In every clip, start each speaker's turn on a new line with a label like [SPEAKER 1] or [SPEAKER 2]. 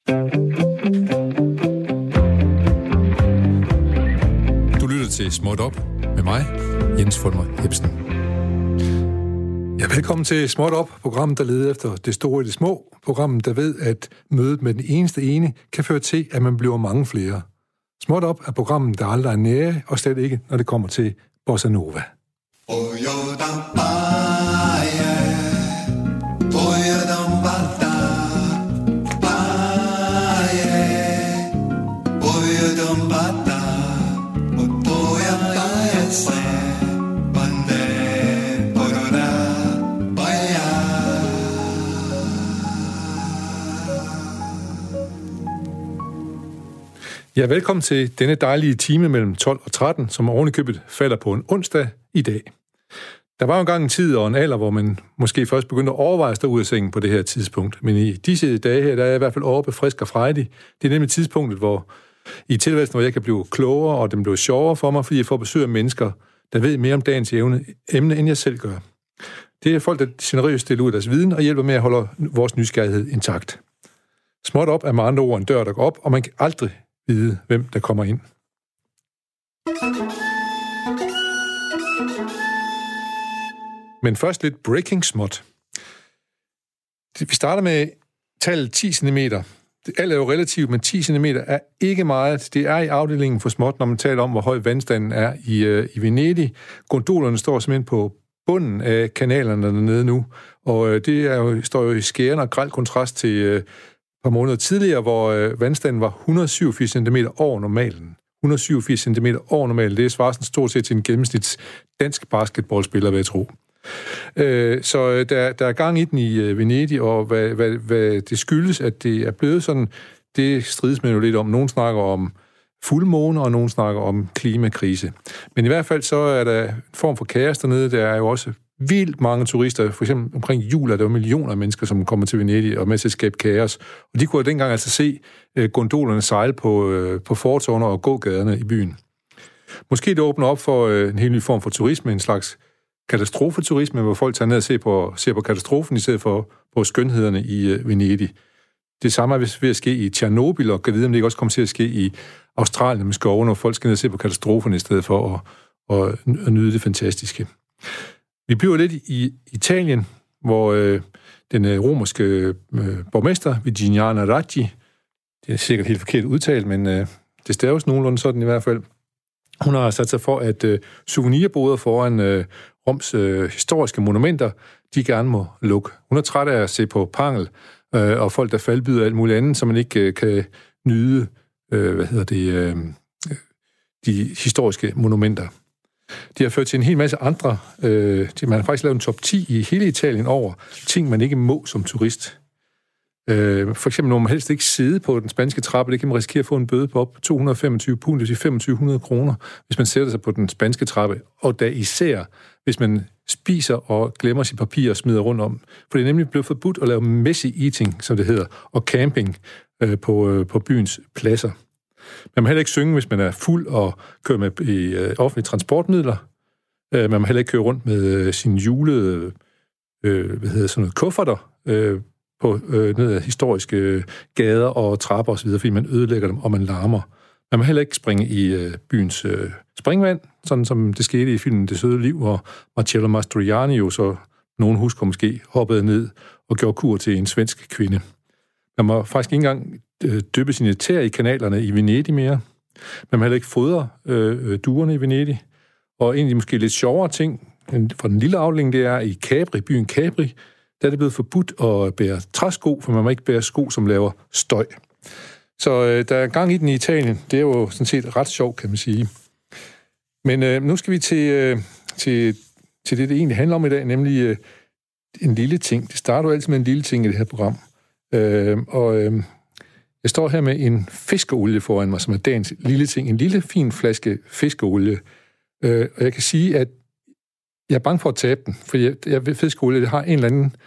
[SPEAKER 1] Du lytter til Småt Op med mig, Jens Folmer Jebsen. Ja, velkommen til Småt Op, programmet, der leder efter det store og det små. Programmet, der ved, at mødet med den eneste ene kan føre til, at man bliver mange flere. Småt Op er programmet, der aldrig er nære, og slet ikke, når det kommer til Bossa Nova. Ja, velkommen til denne dejlige time mellem 12 og 13, som ovenikøbet falder på en onsdag i dag. Der var jo engang en tid og en alder, hvor man måske først begyndte at overveje at stå ud af sengen på det her tidspunkt. Men i disse dage her, der er jeg i hvert fald oppe frisk og frejdig. Det er nemlig tidspunktet, hvor i tilværelsen, hvor jeg kan blive klogere, og det bliver sjovere for mig, fordi jeg får besøg af mennesker, der ved mere om dagens emne, end jeg selv gør. Det er folk, der generøst stiller ud af deres viden og hjælper med at holde vores nysgerrighed intakt. Småt op er med andre ord en dør, der går op, og man kan aldrig vide, hvem der kommer ind. Men først lidt breaking småt. Vi starter med tallet 10 cm. Alt er jo relativt, men 10 cm er ikke meget. Det er i afdelingen for småt, når man taler om, hvor høj vandstanden er i Venedig. Gondolerne står simpelthen på bunden af kanalerne dernede nu, og det står jo i skærende og grel kontrast til et par måneder tidligere, hvor vandstanden var 187 cm over normalen. 187 cm over normalen, det svarer sådan stort set til en gennemsnits dansk basketballspiller, vil jeg tro. Så der er gang i den i Venedig, og hvad det skyldes, at det er blevet sådan, det strides man jo lidt om. Nogen snakker om fuldmåne, og nogen snakker om klimakrise. Men i hvert fald så er der en form for kaos dernede. Der er jo også vildt mange turister. For eksempel omkring jul er der jo millioner af mennesker, som kommer til Venedig og er med til at skabe kaos. Og de kunne dengang altså se gondolerne sejle på fortovene og gågaderne i byen. Måske det åbner op for en helt ny form for turisme, en slags katastrofeturisme, hvor folk tager ned og ser på katastrofen, i stedet for på skønhederne i Venedig. Det samme er ved at ske i Tjernobyl, og kan vide, om det ikke også kommer til at ske i Australien med skovene, hvor folk skal ned og se på katastrofen, i stedet for at nyde det fantastiske. Vi bliver lidt i Italien, hvor den romerske borgmester, Virginiana Raggi, det er sikkert helt forkert udtalt, men det staves nogenlunde sådan i hvert fald. Hun har sat sig for, at souvenirboder foran Roms historiske monumenter, de gerne må lukke. Hun er træt af at se på pangel og folk, der faldbyder alt muligt andet, så man ikke kan nyde de historiske monumenter. De har ført til en hel masse andre. Man har faktisk lavet en top 10 i hele Italien over ting, man ikke må som turist. For eksempel må man helst ikke sidde på den spanske trappe. Det kan man risikere at få en bøde på op 225 pund, det vil sige 2500 kroner, hvis man sætter sig på den spanske trappe. Og da især, hvis man spiser og glemmer sit papir og smider rundt om. For det er nemlig blevet forbudt at lave messy eating, som det hedder, og camping på byens pladser. Man må heller ikke synge, hvis man er fuld og kører med i offentlige transportmidler. Man må heller ikke køre rundt med sine julede kufferter på ned ad historiske gader og trapper osv., fordi man ødelægger dem, og man larmer. Man må heller ikke springe i byens springvand, sådan som det skete i filmen Det Søde Liv, hvor Marcello Mastroianni jo, så nogen husker måske, hoppede ned og gjorde kur til en svensk kvinde. Man må faktisk ikke engang dyppe sine tæer i kanalerne i Venedig mere. Man må heller ikke fodre duerne i Venedig. Og egentlig måske lidt sjovere ting fra den lille afdeling, det er i Capri, byen Capri, der er det blevet forbudt at bære træsko, for man må ikke bære sko, som laver støj. Så der er gang i den i Italien. Det er jo sådan set ret sjovt, kan man sige. Men nu skal vi til det egentlig handler om i dag, nemlig en lille ting. Det starter jo altid med en lille ting i det her program. Jeg står her med en fiskeolie foran mig, som er dagens lille ting. En lille, fin flaske fiskeolie. Og jeg kan sige, at jeg er bange for at tabe den, for jeg ved, fiskeolie, det har en eller anden...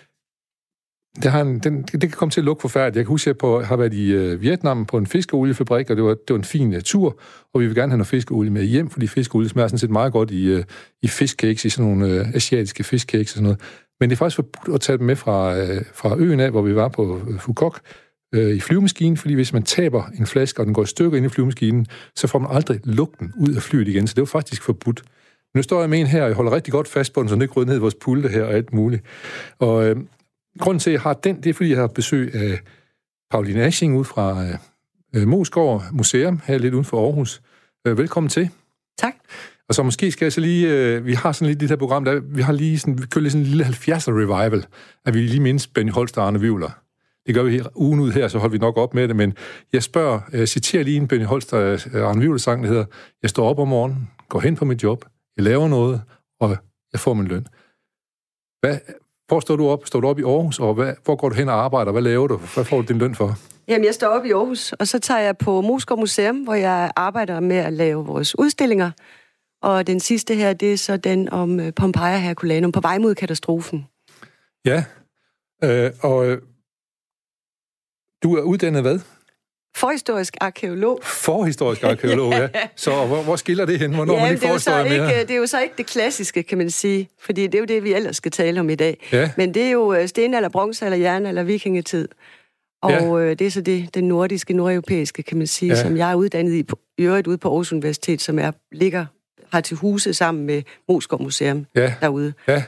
[SPEAKER 1] Det kan komme til at lukke forfærdeligt. Jeg kan huske, at jeg har været i Vietnam på en fiskeoliefabrik, og det var en fin tur, og vi vil gerne have noget fiskeolie med hjem, fordi fiskeolie smager sådan set meget godt i fiskcakes, i sådan nogle asiatiske fiskcakes og sådan noget. Men det er faktisk forbudt at tage dem med fra øen af, hvor vi var på Phuket, i flyvemaskinen, fordi hvis man taber en flaske, og den går i stykker ind i flyvemaskinen, så får man aldrig lugten ud af flyet igen, så det var faktisk forbudt. Nu står jeg med en her, og jeg holder rigtig godt fast på den, så den ikke rydder ned i vores pulte her og alt muligt. Og grunden til, at jeg har den, det er, fordi jeg har besøg af Pauline Asching ud fra Moesgaard Museum, her lidt uden for Aarhus. Velkommen til.
[SPEAKER 2] Tak.
[SPEAKER 1] Og så måske skal jeg så lige, vi har sådan lidt det her program, der vi har lige sådan, vi kører lige sådan en lille 70'er revival, at vi lige mindes Benny Holst og Arne Wivler. Det gør vi ugen ud her, så holder vi nok op med det, men jeg citerer lige en Benny Holst og Arne Wivler sang, der hedder: Jeg står op om morgenen, går hen på mit job, jeg laver noget, og jeg får min løn. Hvor står du op? Står du op i Aarhus, og hvor går du hen og arbejder? Hvad laver du? Hvad får du din løn for?
[SPEAKER 2] Jamen, jeg står op i Aarhus, og så tager jeg på Moesgaard Museum, hvor jeg arbejder med at lave vores udstillinger. Og den sidste her, det er så den om Pompeii Herculaneum, på vej mod katastrofen.
[SPEAKER 1] Ja, og du er uddannet hvad?
[SPEAKER 2] Forhistorisk arkæolog.
[SPEAKER 1] Forhistorisk arkæolog, ja. Så hvor skiller det hen? Hvornår man ikke forhistorie mere?
[SPEAKER 2] Det er jo så ikke det klassiske, kan man sige. Fordi det er jo det, vi ellers skal tale om i dag.
[SPEAKER 1] Ja.
[SPEAKER 2] Men det er jo stenalder, bronzealder, jernalder, vikingetid. Og det er så det nordiske, nordeuropæiske, kan man sige, som jeg er uddannet i øvrigt ude på Aarhus Universitet, som har til huse sammen med Moesgaard Museum derude.
[SPEAKER 1] Ja,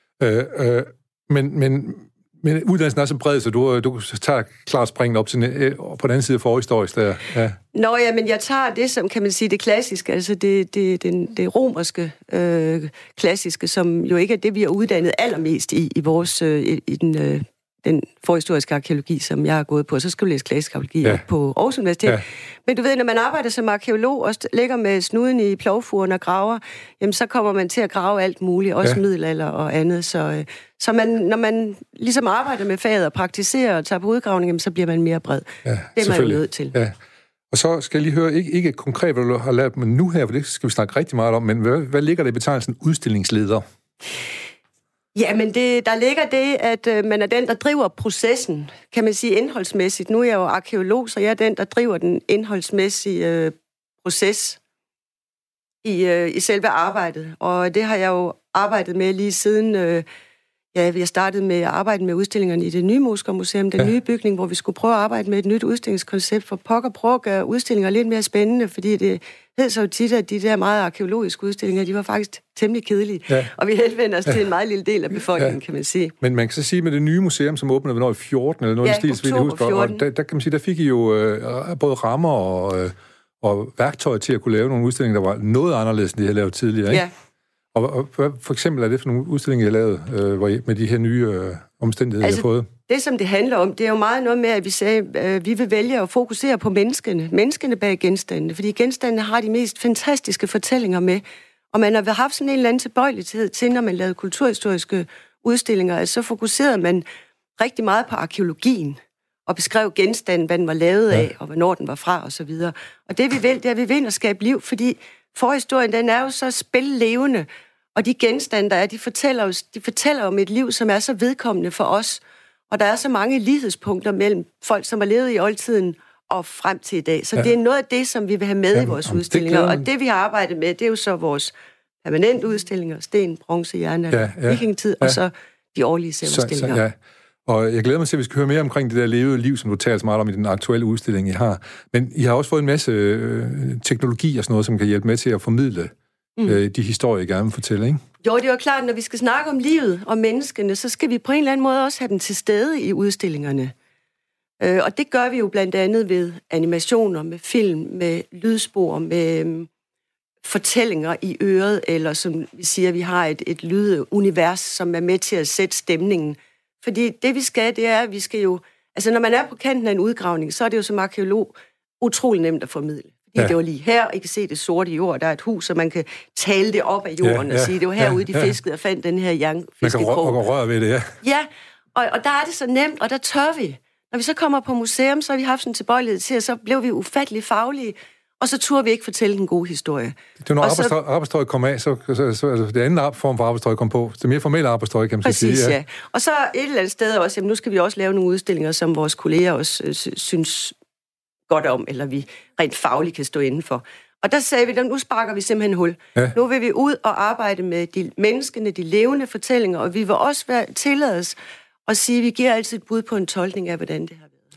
[SPEAKER 1] men uddannelsen er så bred, så du tager klart springen op til på den anden side af forhistorisk der. Ja.
[SPEAKER 2] Nå ja, men jeg tager det, som kan man sige, det klassiske, altså det romerske klassiske, som jo ikke er det, vi er uddannet allermest i vores, i den forhistoriske arkæologi, som jeg har gået på. Så skal du læse klassisk arkæologi på Aarhus Universitet. Ja. Men du ved, når man arbejder som arkæolog og ligger med snuden i plovfuren og graver, jamen så kommer man til at grave alt muligt, også middelalder og andet. Så når man ligesom arbejder med faget og praktiserer og tager på udgravning, jamen, så bliver man mere bred. Ja, det er man jo nødt til. Ja.
[SPEAKER 1] Og så skal jeg lige høre, ikke konkret, hvad du har lært mig nu her, for det skal vi snakke rigtig meget om, men hvad ligger der i betegnelsen udstillingsleder?
[SPEAKER 2] Ja, men der ligger det, at man er den, der driver processen, kan man sige indholdsmæssigt. Nu er jeg jo arkæolog, så jeg er den, der driver den indholdsmæssige proces i selve arbejdet. Og det har jeg jo arbejdet med lige siden vi har startet med at arbejde med udstillingerne i det nye Moesgaard Museum, den nye bygning, hvor vi skulle prøve at arbejde med et nyt udstillingskoncept for prøve at gøre udstillinger lidt mere spændende, fordi det hed så jo tit, at de der meget arkeologiske udstillinger, de var faktisk temmelig kedelige. Ja. Og vi henvender os til en meget lille del af befolkningen, kan man sige.
[SPEAKER 1] Men man kan så sige, med det nye museum, som åbnede hvornår i 14 eller noget i stil, så huske, og der kan man sige, der fik I jo både rammer og værktøjer til at kunne lave nogle udstillinger, der var noget anderledes, end de havde lavet tidligere, ikke? Ja. Og for eksempel er det for nogle udstillinger, jeg lavede med de her nye omstændigheder, jeg har fået?
[SPEAKER 2] Det, som det handler om, det er jo meget noget med, at vi sagde, at vi vil vælge at fokusere på menneskene bag genstandene, fordi genstandene har de mest fantastiske fortællinger med, og man har haft sådan en eller anden tilbøjelighed til, når man lavede kulturhistoriske udstillinger, at så fokuserede man rigtig meget på arkeologien, og beskrev genstanden, hvad den var lavet af, og hvornår den var fra, og så videre. Og det vi vil, det er, at vi vil ind og skabe liv, fordi forhistorien, den er jo så spillelevende, og de genstande, der er, de fortæller om et liv, som er så vedkommende for os. Og der er så mange lighedspunkter mellem folk, som har levet i oldtiden og frem til i dag. Så det er noget af det, som vi vil have med i vores udstillinger. Og det, vi har arbejdet med, det er jo så vores permanente udstillinger, sten, bronze, jernalder, vikingetid, og så de årlige særudstillinger.
[SPEAKER 1] Ja. Og jeg glæder mig til, at vi skal høre mere omkring det der levede liv, som du taler så meget om i den aktuelle udstilling, I har. Men I har også fået en masse teknologi og sådan noget, som kan hjælpe med til at formidle de historier, I gerne vil fortælle, ikke? Jo,
[SPEAKER 2] det er jo klart, når vi skal snakke om livet og menneskene, så skal vi på en eller anden måde også have den til stede i udstillingerne. Og det gør vi jo blandt andet ved animationer, med film, med lydspor, med fortællinger i øret, eller som vi siger, vi har et lydunivers, som er med til at sætte stemningen. Fordi det vi skal, det er, at vi skal jo... Altså, når man er på kanten af en udgravning, så er det jo som arkeolog utrolig nemt at formidle. Fordi det var lige her, I kan se det sorte jord, der er et hus, og man kan tale det op af jorden og sige, det var herude, de fiskede og fandt den her jernfiskekrog.
[SPEAKER 1] Man kan røre ved det, ja.
[SPEAKER 2] Ja, og der er det så nemt, og der tør vi. Når vi så kommer på museum, så har vi haft sådan en tilbøjelighed til, og så blev vi ufattelig faglige, og så turde vi ikke fortælle den gode historie.
[SPEAKER 1] Det er når arbejdstøj kom af, så det anden form for arbejdstøj kom på. Det er mere formelle arbejdstøj, kan man sige.
[SPEAKER 2] Præcis, ja. Og så et eller andet sted også, jamen nu skal vi også lave nogle udstillinger, som vores kolleger også synes godt om, eller vi rent fagligt kan stå indenfor. Og der sagde vi, nu sparker vi simpelthen hul. Ja. Nu vil vi ud og arbejde med de menneskene, de levende fortællinger, og vi vil også tillade os at sige, at vi giver altid et bud på en tolkning af, hvordan det har været.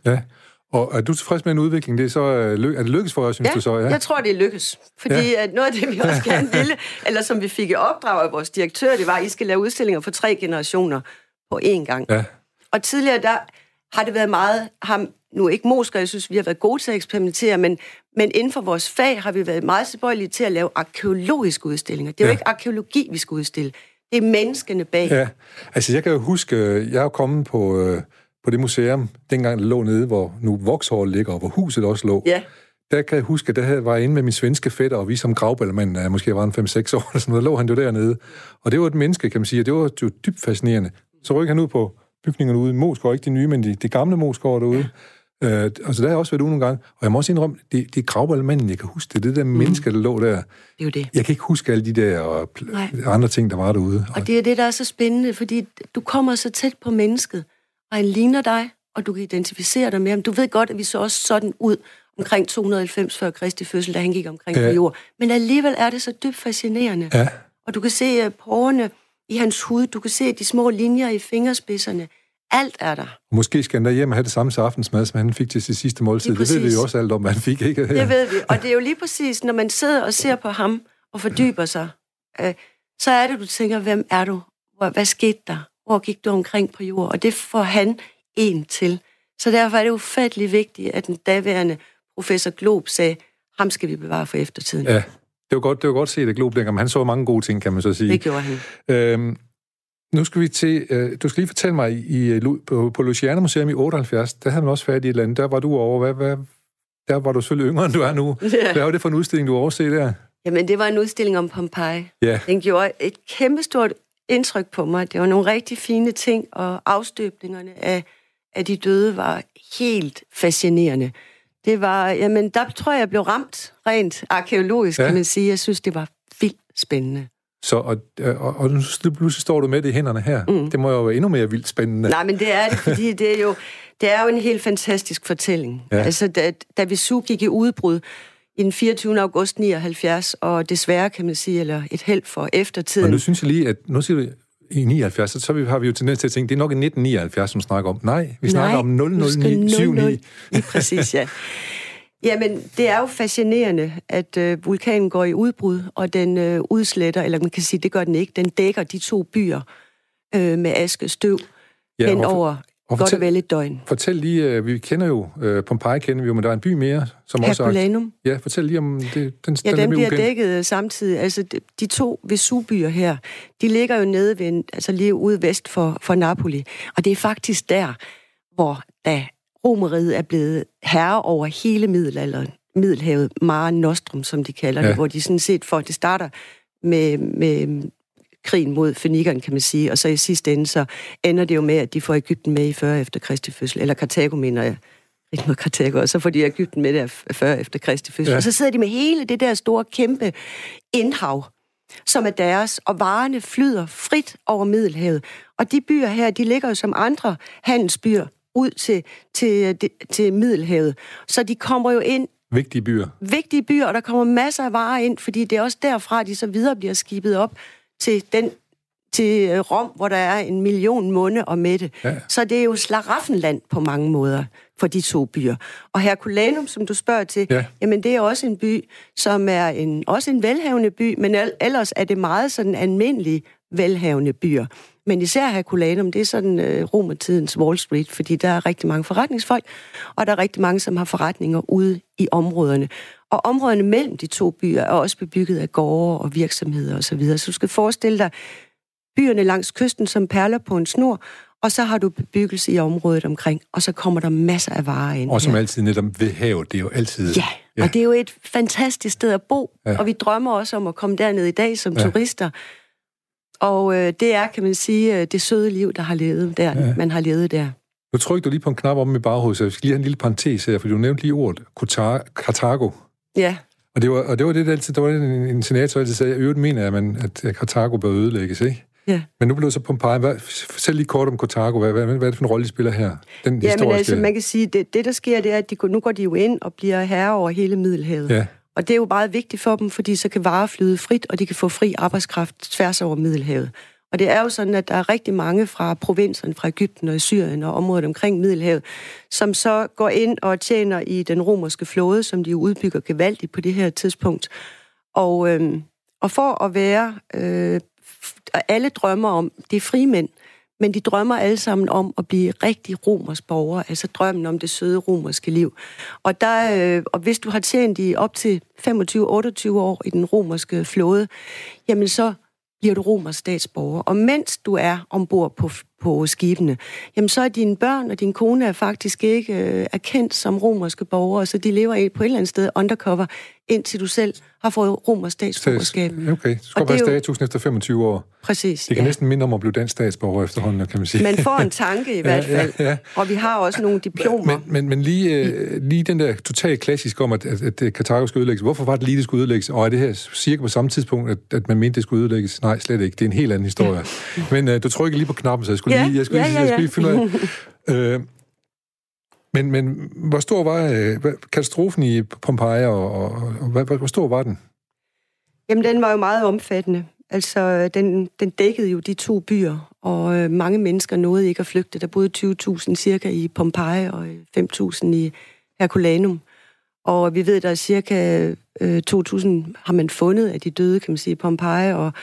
[SPEAKER 1] Ja, og er du tilfreds med en udvikling? Det er, så, er det lykkes for os, synes du så? Ja,
[SPEAKER 2] jeg tror, det lykkes. Fordi at noget af det, vi også gerne ville, eller som vi fik i opdrag af vores direktør, det var, at I skal lave udstillinger for 3 generationer på én gang.
[SPEAKER 1] Ja.
[SPEAKER 2] Og tidligere, der har det været meget... Nu ikke Mosker, jeg synes, vi har været gode til at eksperimentere, men inden for vores fag har vi været meget tilbøjelige til at lave arkeologiske udstillinger. Det er jo ikke arkeologi, vi skal udstille. Det er menneskene bag.
[SPEAKER 1] Ja, altså jeg kan jo huske, jeg er jo kommet på det museum, dengang det lå nede, hvor nu Vauxhall ligger, og hvor huset også lå.
[SPEAKER 2] Ja.
[SPEAKER 1] Der kan jeg huske, at der var inde med min svenske fætter, og vi som gravbældermand, måske var en 5-6 år, eller sådan noget, der lå han jo dernede. Og det var et menneske, kan man sige, og det var jo dybt fascinerende. Så rykker han ud på bygningerne ude i Moskva, ikke de nye, men de gamle Moskva derude. Altså der har jeg også været ude nogle gange, og jeg må også indrømme, det er gravbældermanden, jeg kan huske det der menneske, der lå der.
[SPEAKER 2] Det er jo det.
[SPEAKER 1] Jeg kan ikke huske alle de der andre ting, der var derude.
[SPEAKER 2] Og det er det, der er så spændende, fordi du kommer så tæt på mennesket, og han ligner dig, og du kan identificere dig med ham. Du ved godt, at vi så også sådan ud omkring 290 før Kristi fødsel, da han gik omkring på jord. Men alligevel er det så dybt fascinerende.
[SPEAKER 1] Ja.
[SPEAKER 2] Og du kan se porerne i hans hud, du kan se de små linjer i fingerspidserne. Alt er der.
[SPEAKER 1] Måske skal han da hjem og have det samme til aftensmad, som han fik til sit sidste måltid. Det ved vi jo også alt om, hvad han fik, ikke?
[SPEAKER 2] Det ved vi. Og det er jo lige præcis, når man sidder og ser på ham og fordyber sig, så er det, du tænker, hvem er du? Hvad skete der? Hvor gik du omkring på jord? Og det får han en til. Så derfor er det ufattelig vigtigt, at den daværende professor Glob sagde, ham skal vi bevare for eftertiden.
[SPEAKER 1] Ja, det var godt set af Glob dengang, men han så mange gode ting, kan man så sige.
[SPEAKER 2] Det gjorde han.
[SPEAKER 1] Nu skal vi til... du skal lige fortælle mig, på Louisiana Museum i 78, der havde man også fat i et eller andet. Der var du over... Der var du selvfølgelig yngre, end du er nu. Ja. Hvad var det for en udstilling, du oversede der?
[SPEAKER 2] Jamen, det var en udstilling om Pompeji.
[SPEAKER 1] Ja.
[SPEAKER 2] Den gjorde et kæmpestort indtryk på mig. Det var nogle rigtig fine ting, og afstøbningerne af de døde var helt fascinerende. Det var... Jamen, der tror jeg blev ramt rent arkæologisk, kan man sige. Jeg synes, det var vildt spændende.
[SPEAKER 1] Så, og nu pludselig står du med det i hænderne her. Det må jo være endnu mere vildt spændende.
[SPEAKER 2] Nej, men det er det, fordi det er jo en helt fantastisk fortælling. Ja. Altså, da Vesuv gik i udbrud i den 24. august 79, og desværre, kan man sige, eller et held for eftertiden.
[SPEAKER 1] Og nu synes jeg lige, at nu siger du i 79, så har vi jo tendens til at tænke, det er nok i 1979, som snakker om. Nej, vi snakker om 0079.
[SPEAKER 2] Lige præcis, ja. Jamen, det er jo fascinerende, at vulkanen går i udbrud, og den udsletter, eller man kan sige, det gør den ikke, den dækker de 2 byer med askestøv hen over godt og vel et døgn.
[SPEAKER 1] Fortæl lige, vi kender jo, Pompeji kender vi jo, men der er en by mere, som
[SPEAKER 2] Herculaneum.
[SPEAKER 1] også... Ja, fortæl lige om det. Den
[SPEAKER 2] bliver dækket samtidig. Altså, de 2 Vesuvbyer her, de ligger jo nede ved, altså lige ude vest for Napoli, og det er faktisk der, hvor da Romeriet er blevet herre over hele Middelhavet, Mare Nostrum, som de kalder det, hvor de sådan set det starter med krigen mod fønikerne, kan man sige, og så i sidste ende, så ender det jo med, at de får Egypten med i 40 efter Kristi fødsel, eller Karthago, mener jeg, ikke mod Karthago, og så får de Egypten med der 40 efter Kristi fødsel, og så sidder de med hele det der store, kæmpe indhav, som er deres, og varerne flyder frit over Middelhavet. Og de byer her, de ligger jo som andre handelsbyer ud til Middelhavet. Så de kommer jo ind...
[SPEAKER 1] Vigtige byer,
[SPEAKER 2] og der kommer masser af varer ind, fordi det er også derfra, de så videre bliver skibet op til Rom, hvor der er 1 million munde og mætte. Ja. Så det er jo slaraffenland på mange måder for de 2 byer. Og Herculaneum, som du spørger til, jamen det er også en by, som er også en velhavende by, men ellers er det meget sådan almindelige velhavende byer. Men især Herculaneum, det er sådan romertidens Wall Street, fordi der er rigtig mange forretningsfolk, og der er rigtig mange, som har forretninger ude i områderne. Og områderne mellem de 2 byer er også bebygget af gårde og virksomheder osv. Så du skal forestille dig byerne langs kysten som perler på en snor, og så har du bebyggelse i området omkring, og så kommer der masser af varer ind.
[SPEAKER 1] Og som altid netop ved havet, det er jo altid...
[SPEAKER 2] Ja, og det er jo et fantastisk sted at bo, og vi drømmer også om at komme derned i dag som turister. Og det er, kan man sige, det søde liv, der har levet der, man har levet der.
[SPEAKER 1] Nu trykker du lige på en knap om i baghovedet, så jeg skal lige have en lille parentes her, for du nævnte lige ordet Karthago.
[SPEAKER 2] Ja.
[SPEAKER 1] Og det var det altid, der var en senator, der sagde, jeg mener, at Karthago bør ødelægges, ikke?
[SPEAKER 2] Ja.
[SPEAKER 1] Men nu bliver det så Pompeji. Fortæl lige kort om Karthago. Hvad er det for en rolle, de spiller her?
[SPEAKER 2] Men altså, man kan sige, det der sker, det er, at nu går de jo ind og bliver herre over hele Middelhavet. Ja. Og det er jo meget vigtigt for dem, fordi så kan varer flyde frit, og de kan få fri arbejdskraft tværs over Middelhavet. Og det er jo sådan, at der er rigtig mange fra provinserne, fra Egypten og Syrien og området omkring Middelhavet, som så går ind og tjener i den romerske flåde, som de jo udbygger gevaldigt på det her tidspunkt. Og for at være... alle drømmer om, det er frimænd, men de drømmer alle sammen om at blive rigtig romersk borgere, altså drømmen om det søde romerske liv. Og hvis du har tjent i op til 25-28 år i den romerske flåde, jamen så bliver du romersk statsborger. Og mens du er ombord på skibene, jamen så er dine børn og din kone er faktisk ikke erkendt som romerske borgere, så de lever på et eller andet sted undercover, indtil du selv har fået romersk statsborgerskab.
[SPEAKER 1] Okay, så skal være statusen efter 25 år.
[SPEAKER 2] Præcis,
[SPEAKER 1] det kan næsten minde om at blive dansk statsborger efterhånden, kan man sige.
[SPEAKER 2] Man får en tanke i hvert fald, ja. Og vi har også nogle diplomer.
[SPEAKER 1] Men lige den der totalt klassisk om, at Karthago skulle ødelægges. Hvorfor var det lige, det skulle ødelægges? Og er det her cirka på samme tidspunkt, at man mente, det skulle ødelægges? Nej, slet ikke. Det er en helt anden historie. Men du trykker lige på knappen, så jeg skulle lige finde ud af. Men hvor stor var katastrofen i Pompeji, og hvor stor var den?
[SPEAKER 2] Jamen, den var jo meget omfattende. Altså, den dækkede jo de 2 byer, og mange mennesker nåede ikke at flygte. Der boede 20.000 cirka i Pompeji og 5.000 i Herculaneum. Og vi ved, at der er cirka 2.000 har man fundet af de døde, kan man sige, i Pompeji, og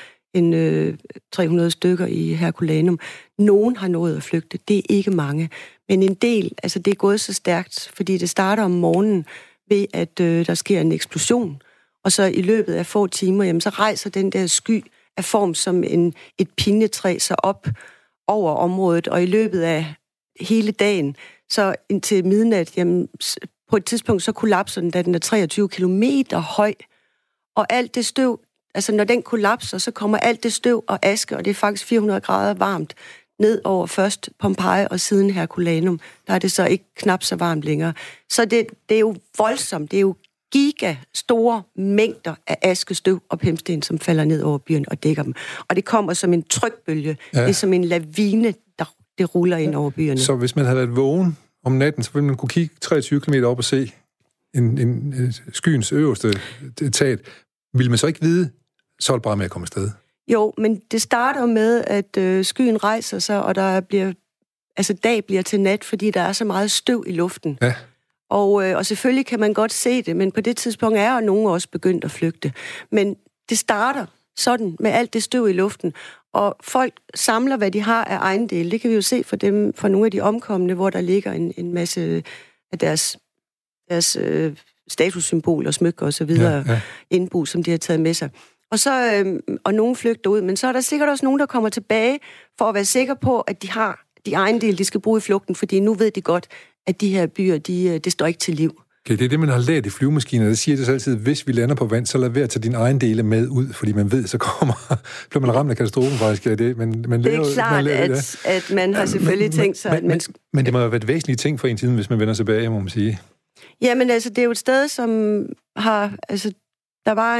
[SPEAKER 2] 300 stykker i Herculaneum. Nogen har nået at flygte. Det er ikke mange. Men en del, altså det er gået så stærkt, fordi det starter om morgenen ved, at der sker en eksplosion. Og så i løbet af få timer, jamen, så rejser den der sky af form som et pinjetræ så op over området. Og i løbet af hele dagen, så indtil midnat, jamen, på et tidspunkt så kollapser den, da den er 23 kilometer høj. Og alt det støv, altså når den kollapser, så kommer alt det støv og aske, og det er faktisk 400 grader varmt, ned over først Pompeji og siden Herculaneum. Der er det så ikke knap så varmt længere. Så det er jo voldsomt. Det er jo gigastore mængder af askestøv og pimpsten, som falder ned over byen og dækker dem. Og det kommer som en trykbølge. Ja. Det er som en lavine, det ruller ind over byerne.
[SPEAKER 1] Så hvis man havde været vågen om natten, så ville man kunne kigge 23 km op og se en skyens øverste tag. Ville man så ikke vide, så er det bare med at komme afsted?
[SPEAKER 2] Jo, men det starter med, at skyen rejser sig, og dag bliver til nat, fordi der er så meget støv i luften.
[SPEAKER 1] Ja.
[SPEAKER 2] Og selvfølgelig kan man godt se det, men på det tidspunkt er nogen også begyndt at flygte. Men det starter sådan med alt det støv i luften, og folk samler, hvad de har af ejendele. Det kan vi jo se for nogle af de omkomne, hvor der ligger en masse af deres statussymboler, smykker og så videre, indbo, som de har taget med sig. Og nogen flygter ud, men så er der sikkert også nogen, der kommer tilbage for at være sikre på, at de har de ejendele, de skal bruge i flugten, fordi nu ved de godt, at de her byer, det står ikke til liv.
[SPEAKER 1] Okay, det er det, man har lært i flyvemaskiner. Det siger det så altid, hvis vi lander på vand, så lad være at tage dine ejendele med ud, fordi man ved, så bliver man ramt af katastrofen faktisk af det. Men
[SPEAKER 2] det er klart, at man har selvfølgelig tænkt sig, at man...
[SPEAKER 1] Men det må jo være et væsentligt ting for en tid, hvis man vender tilbage, må man sige.
[SPEAKER 2] Jamen altså, det er jo et sted, som har... Altså, der var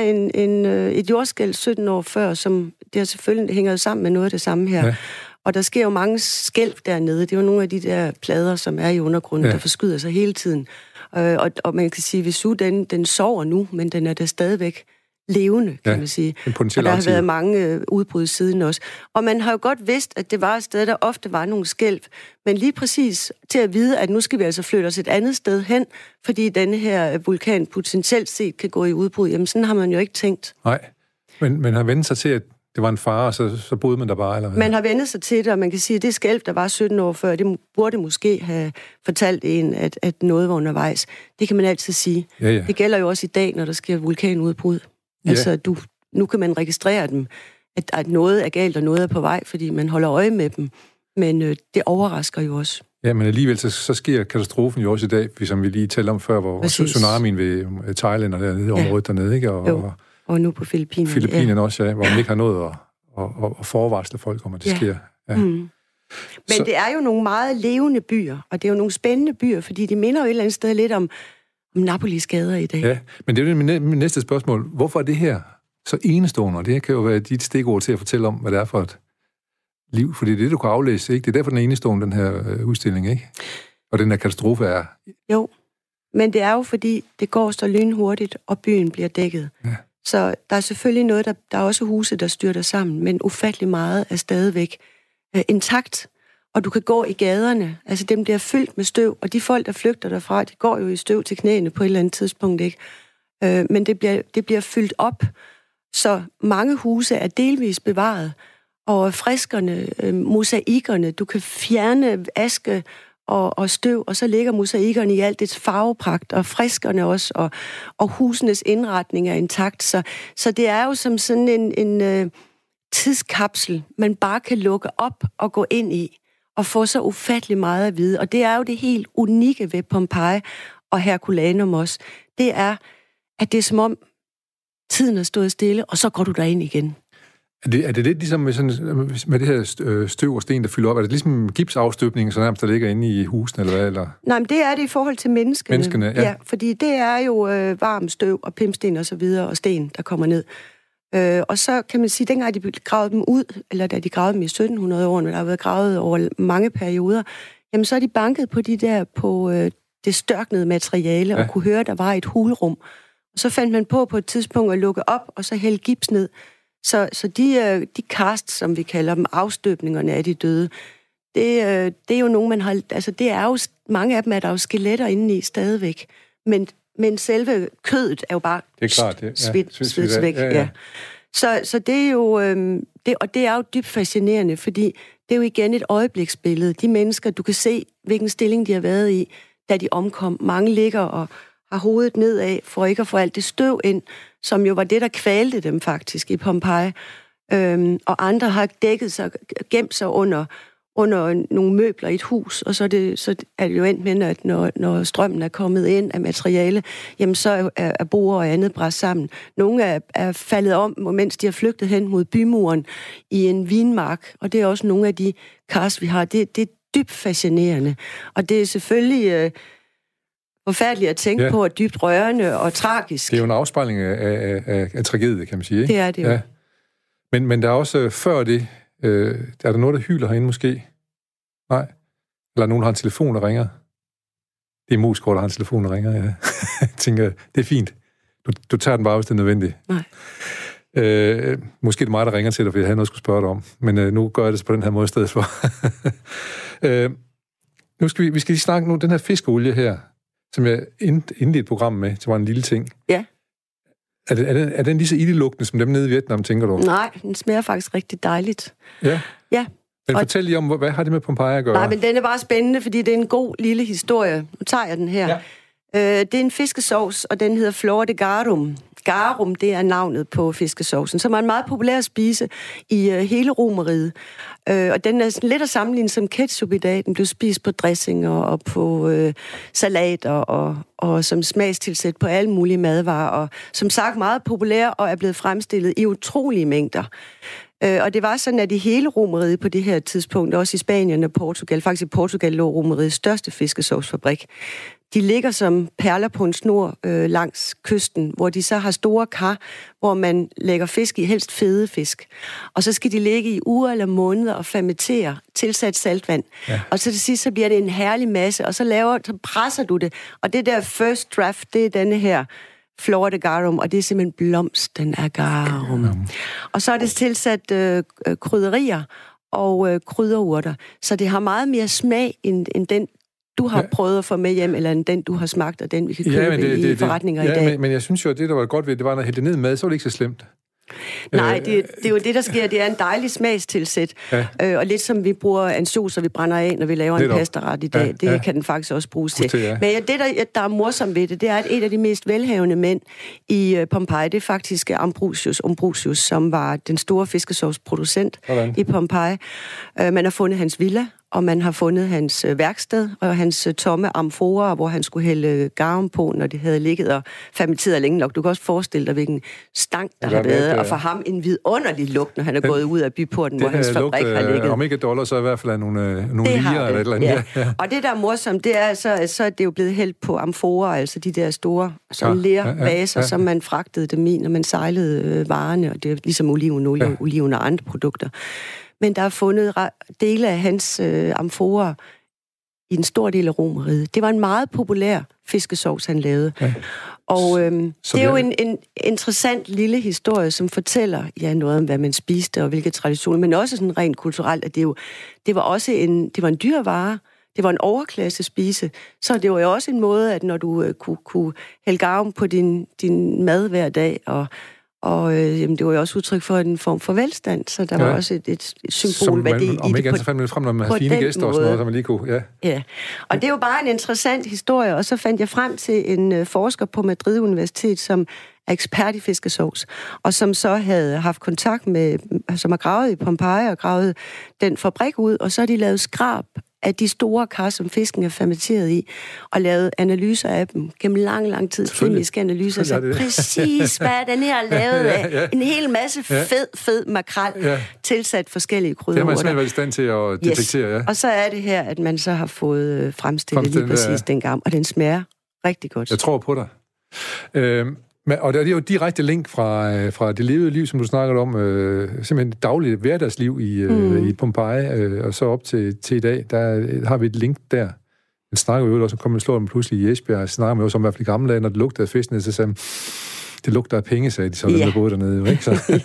[SPEAKER 2] et jordskælv 17 år før, som det har selvfølgelig hænger sammen med noget af det samme her. Ja. Og der sker jo mange skælv dernede. Det er jo nogle af de der plader, som er i undergrunden, der forskyder sig hele tiden. Og man kan sige, at Vesuv, den sover nu, men den er der stadigvæk levende, kan man sige. Og der har været mange udbrud siden også. Og man har jo godt vidst, at det var et sted, der ofte var nogle skælv. Men lige præcis til at vide, at nu skal vi altså flytte os et andet sted hen, fordi denne her vulkan potentielt set kan gå i udbrud. Jamen sådan har man jo ikke tænkt. Nej,
[SPEAKER 1] men man har vendt sig til, at det var en fare, og så boede man der bare, eller hvad?
[SPEAKER 2] Man har vendt sig til det, og man kan sige, at det skælv, der var 17 år før, det burde måske have fortalt en, at noget var undervejs. Det kan man altid sige. Ja. Det gælder jo også i dag, når der sker vulkanudbrud. Ja. Altså, nu kan man registrere dem, at noget er galt, og noget er på vej, fordi man holder øje med dem. Men det overrasker jo også.
[SPEAKER 1] Ja, men alligevel så sker katastrofen jo også i dag, som vi lige talte om før, hvor tsunamien ved Thailand og dernede, området dernede, ikke?
[SPEAKER 2] Og nu på Filippinerne.
[SPEAKER 1] Filippinerne også, ja, hvor man ikke har nået at forvarsle folk om, at det sker. Ja. Mm.
[SPEAKER 2] Men det er jo nogle meget levende byer, og det er jo nogle spændende byer, fordi de minder jo et eller andet sted lidt om Napolis gader i dag.
[SPEAKER 1] Ja, men det er jo min næste spørgsmål. Hvorfor er det her så enestående? Og det her kan jo være dit stikord til at fortælle om, hvad det er for et liv. Fordi det er det, du kan aflæse, ikke? Det er derfor den enestående, den her udstilling, ikke? Og den her katastrofe er...
[SPEAKER 2] Jo, men det er jo fordi, det går så lynhurtigt, og byen bliver dækket. Ja. Så der er selvfølgelig noget, der er også huse, der styrter sammen, men ufattelig meget er stadigvæk intakt. Og du kan gå i gaderne, altså dem bliver fyldt med støv, og de folk, der flygter derfra, de går jo i støv til knæene på et eller andet tidspunkt, ikke? Men det bliver fyldt op, så mange huse er delvis bevaret, og freskerne, mosaikkerne, du kan fjerne aske og støv, og så ligger mosaikkerne i alt dets farvepragt, og freskerne også, og husenes indretning er intakt. Så det er jo som sådan en tidskapsel, man bare kan lukke op og gå ind i, og få så ufattelig meget at vide. Og det er jo det helt unikke ved Pompeji og Herculaneum også. Det er, at det er som om tiden er stået stille, og så går du derind igen.
[SPEAKER 1] Er det lidt ligesom med det her støv og sten, der fylder op? Er det ligesom gipsafstøbning, så nærmest der ligger inde i husene, eller hvad? Eller?
[SPEAKER 2] Nej, men det er det i forhold til menneskene.
[SPEAKER 1] Menneskene, ja.
[SPEAKER 2] Fordi det er jo varm støv og pimpsten og så videre, og sten, der kommer ned. Og så kan man sige, at dengang de gravede dem ud, eller da de gravede dem i 1700 år, når der har været gravet over mange perioder, jamen så er de banket på på det størknede materiale, og kunne høre, at der var et hulrum. Og så fandt man på et tidspunkt at lukke op, og så hælde gips ned. Så de cast, som vi kalder dem, afstøbningerne af de døde, det er jo nogen, man har... Altså, det er jo... Mange af dem er der jo skeletter indeni stadigvæk. Men selve kødet er jo bare...
[SPEAKER 1] Det er klart, det.
[SPEAKER 2] Svidt væk, ja. Så det er jo... og det er jo dybt fascinerende, fordi det er jo igen et øjebliksbillede. De mennesker, du kan se, hvilken stilling de har været i, da de omkom. Mange ligger og har hovedet nedad, for ikke at få alt det støv ind, som jo var det, der kvalte dem faktisk i Pompeji. Og andre har dækket sig, gemt sig under nogle møbler i et hus, og så er det jo endt med, at når strømmen er kommet ind af materiale, jamen så er borde og andet bræst sammen. Nogle er faldet om, mens de har flygtet hen mod bymuren i en vinmark, og det er også nogle af de kars, vi har. Det er dybt fascinerende, og det er selvfølgelig... forfærdeligt at tænke på, og dybt rørende og tragisk.
[SPEAKER 1] Det er jo en afspejling af tragedie, kan man sige, ikke?
[SPEAKER 2] Det er det jo. Ja.
[SPEAKER 1] Men der er også før det, er der noget, der hyler herinde måske? Nej? Eller nogen har en telefon, der ringer? Det er Moskov, der har en telefon, der ringer, ja. Jeg tænker, det er fint. Du tager den bare, hvis det er nødvendigt.
[SPEAKER 2] Nej.
[SPEAKER 1] Måske er det mig, der ringer til dig, fordi jeg havde noget, jeg skulle spørge dig om. Men nu gør jeg det på den her måde i stedet for. Nu skal vi skal lige snakke nu den her fiskeolie her, som jeg indledte et program med, det var en lille ting.
[SPEAKER 2] Ja.
[SPEAKER 1] Er den lige så ildelugtende som dem nede i Vietnam, tænker du?
[SPEAKER 2] Nej, den smager faktisk rigtig dejligt.
[SPEAKER 1] Ja?
[SPEAKER 2] Ja.
[SPEAKER 1] Men fortæl lige om, hvad har det med Pompeji at gøre?
[SPEAKER 2] Nej, men den er bare spændende, fordi det er en god lille historie. Nu tager jeg den her. Ja. Det er en fiskesovs, og den hedder Flor de Garum. Garum, det er navnet på fiskesovsen, som er en meget populær at spise i hele Romeriet. Og den er sådan lidt at sammenligne som ketchup i dag. Den blev spist på dressinger og på salater og som smagstilsæt på alle mulige madvarer. Og som sagt meget populær og er blevet fremstillet i utrolige mængder. Og det var sådan, at i hele Romeriet på det her tidspunkt, også i Spanien og Portugal, faktisk i Portugal lå Romeriets største fiskesovsfabrik. De ligger som perler på en snor langs kysten, hvor de så har store kar, hvor man lægger fisk i, helst fede fisk. Og så skal de ligge i uger eller måneder og fermentere, tilsat saltvand. Ja. Og så til sidst, så bliver det en herlig masse, og så presser du det. Og det der first draft, det er denne her Flor de Garum, og det er simpelthen blomsten af garum. Og så er det tilsat krydderier og krydderurter. Så det har meget mere smag end den, du har prøvet at få med hjem, eller end den, du har smagt, og den, vi kan købe i forretninger i dag.
[SPEAKER 1] Men jeg synes jo, at det, der var godt ved, det var, når jeg hældte ned i mad, så var det ikke så slemt.
[SPEAKER 2] Nej, det er jo det, der sker. Det er en dejlig smagstilsæt. Og lidt som vi bruger ansjoser, vi brænder af, når vi laver en pastaret i dag. Det kan den faktisk også bruges til. Men det, der er morsomt ved det, det er, at et af de mest velhavende mænd i Pompeji, det er faktisk Ambrosius, som var den store fiskesovsproducent i Pompeji. Man har fundet hans villa, og man har fundet hans værksted og hans tomme amforer, hvor han skulle hælde garum på, når det havde ligget og fermenteret længe nok. Du kan også forestille dig, hvilken stank der har været, og for ham en vidunderlig lugt, når han er gået ud af byporten, hvor hans fabrik har ligget.
[SPEAKER 1] Om ikke $1, så i hvert fald nogle liger eller et eller andet.
[SPEAKER 2] Ja. Og det, der er morsomt, det er, så er det jo blevet hældt på amforer, altså de der store lervaser, som man fragtede dem i, når man sejlede varerne, og det er ligesom oliven og andre produkter. Men der er fundet dele af hans amforer i en stor del af Romeriet. Det var en meget populær fiskesovs, han lavede. Ja. Og det er jo en interessant lille historie, som fortæller noget om, hvad man spiste og hvilke traditioner, men også sådan rent kulturelt, at det var også en dyrevare, det var en overklasse spise, så det var jo også en måde, at når du kunne hælde gavn på din mad hver dag, og det var jo også udtryk for en form for velstand, så der var også et symbol med det i det.
[SPEAKER 1] Om ikke andet så fandt man frem, når man havde fine gæster og sådan noget, så man lige kunne,
[SPEAKER 2] ja. Og det er jo bare en interessant historie, og så fandt jeg frem til en forsker på Madrid Universitet, som er ekspert i fiskesovs, og som så havde haft kontakt med, som har gravet i Pompeji og gravet den fabrik ud, og så har de lavet skrab af de store kar, som fisken er fermenteret i, og lavet analyser af dem gennem lang tid, kemiske analyser, så præcis, hvad den her er lavet af. En hel masse fed makrel, tilsat forskellige krydderurter.
[SPEAKER 1] Det har man simpelthen været i stand til at detektere, ja.
[SPEAKER 2] Og så er det her, at man så har fået fremstillet lige præcis dengang, og den smager rigtig godt.
[SPEAKER 1] Jeg tror på dig. Og det er jo direkte link fra det levede liv, som du snakkede om, simpelthen dagligt hverdagsliv i Pompeji, og så op til i dag, der har vi et link der. Den snakker jo også, så kommer man slår dem pludselig i Esbjerg, snakker man jo som i hvert fald i gamle dage, når det lugtede af fiskene, så sagde det lugter af penge, sagde de, så der boede dernede, ikke? Så,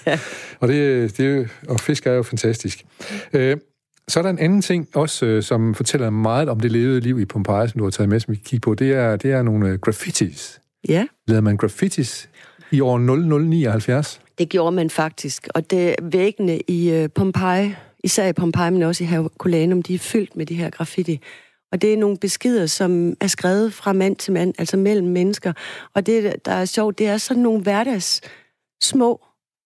[SPEAKER 1] og fisk er jo fantastisk. Så er der en anden ting også, som fortæller meget om det levede liv i Pompeji, som du har taget med, som vi kan kigge på, det er nogle graffitis.
[SPEAKER 2] Ja.
[SPEAKER 1] Lavede man graffitis i år 0079?
[SPEAKER 2] Det gjorde man faktisk, og det væggene i Pompeji, især i Pompeji, men også i Herculaneum, de er fyldt med de her graffiti. Og det er nogle beskeder, som er skrevet fra mand til mand, altså mellem mennesker. Og det, der er sjovt, det er sådan nogle hverdags små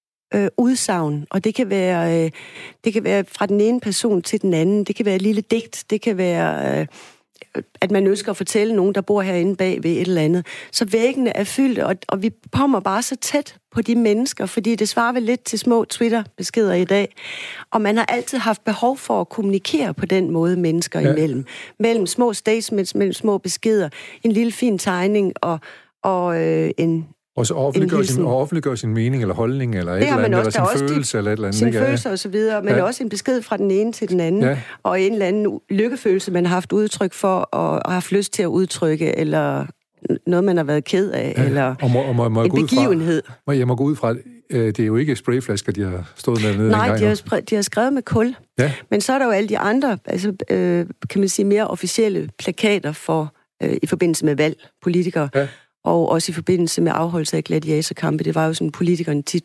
[SPEAKER 2] udsagn, og det kan være fra den ene person til den anden. Det kan være et lille digt, det kan være at man ønsker at fortælle nogen, der bor herinde bag ved et eller andet. Så væggene er fyldt, og vi kommer bare så tæt på de mennesker, fordi det svarer vel lidt til små Twitter-beskeder i dag. Og man har altid haft behov for at kommunikere på den måde mennesker imellem. Mellem små statements, mellem små beskeder, en lille fin tegning og en...
[SPEAKER 1] Og så offentliggøre sin mening, eller holdning, eller et eller andet, eller sin følelse, eller et eller andet.
[SPEAKER 2] Sin følelse og så videre, men også en besked fra den ene til den anden, og en eller anden lykkefølelse, man har haft udtryk for, og haft lyst til at udtrykke, eller noget, man har været ked af, eller en begivenhed.
[SPEAKER 1] Jeg må gå ud fra, det er jo ikke sprayflasker, de har stået med nede.
[SPEAKER 2] Nej, de har skrevet med kul. Ja. Men så er der jo alle de andre, altså, kan man sige, mere officielle plakater for, i forbindelse med valg, politikere, og også i forbindelse med afholdelse af gladiatorkampe. Det var jo sådan, politikerne tit,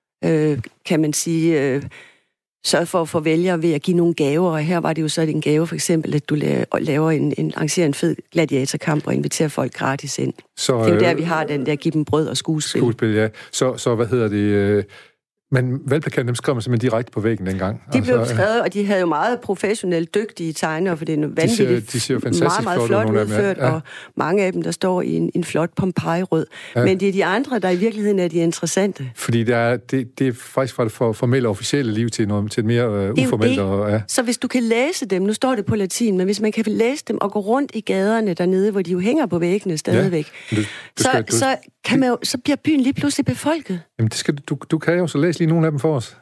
[SPEAKER 2] kan man sige, sørgede for vælgere ved at give nogle gaver, og her var det jo så en gave, for eksempel, at du arrangerer en fed gladiatorkamp og inviterer folk gratis ind. Så, det er jo der, vi har den der, give dem brød og skuespil.
[SPEAKER 1] Skuespil, ja. Så hvad hedder det... Men valgplakaten, dem skrev man simpelthen direkte på væggen dengang.
[SPEAKER 2] De blev skrevet, og de havde jo meget professionelt dygtige tegnere, for det er vanvittigt
[SPEAKER 1] de ser jo fantastisk
[SPEAKER 2] meget flot udført, og mange af dem, der står i en flot Pompeji-rød. Ja. Men det er de andre, der i virkeligheden er de interessante.
[SPEAKER 1] Fordi det er faktisk fra det formelle officielle liv til et mere uformelt.
[SPEAKER 2] Så hvis du kan læse dem, nu står det på latin, men hvis man kan læse dem og gå rundt i gaderne dernede, hvor de jo hænger på væggene stadigvæk, så bliver byen lige pludselig befolket.
[SPEAKER 1] Jamen, du kan jo så læse lige nogle af dem for os.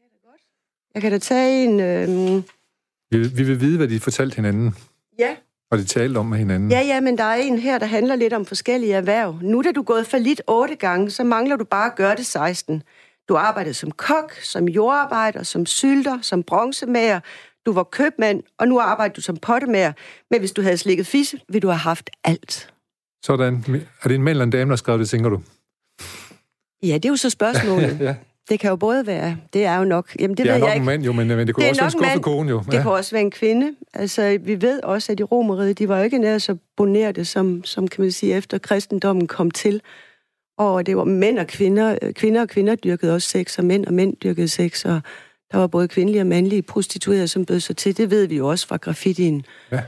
[SPEAKER 2] Jeg kan da tage en...
[SPEAKER 1] Vi vil vide, hvad de fortalte hinanden.
[SPEAKER 2] Ja.
[SPEAKER 1] Og de talte om med hinanden.
[SPEAKER 2] Ja, men der er en her, der handler lidt om forskellige erhverv. Nu da du er gået fallit 8 gange, så mangler du bare at gøre det 16. Du arbejdede som kok, som jordarbejder, som sylter, som bronzemager. Du var købmand, og nu arbejder du som pottemager. Men hvis du havde slikket fisse, ville du have haft alt.
[SPEAKER 1] Sådan. Er det en mand eller en dame, der skrev det, tænker du?
[SPEAKER 2] Ja, det er jo så spørgsmålet. Ja. Det kan jo både være, det er jo nok... Jamen, det ved
[SPEAKER 1] nok
[SPEAKER 2] jeg
[SPEAKER 1] en mand jo, men det kunne også være en skuffekone jo.
[SPEAKER 2] Det kunne også være en kvinde. Altså, vi ved også, at i Romerriget, de var jo ikke nær så bonerte, som kan man sige, efter kristendommen kom til. Og det var mænd og kvinder. Kvinder og kvinder dyrkede også sex, og mænd dyrkede sex, og der var både kvindelige og mandlige prostituerede, som bød sig til. Det ved vi jo også fra graffitien.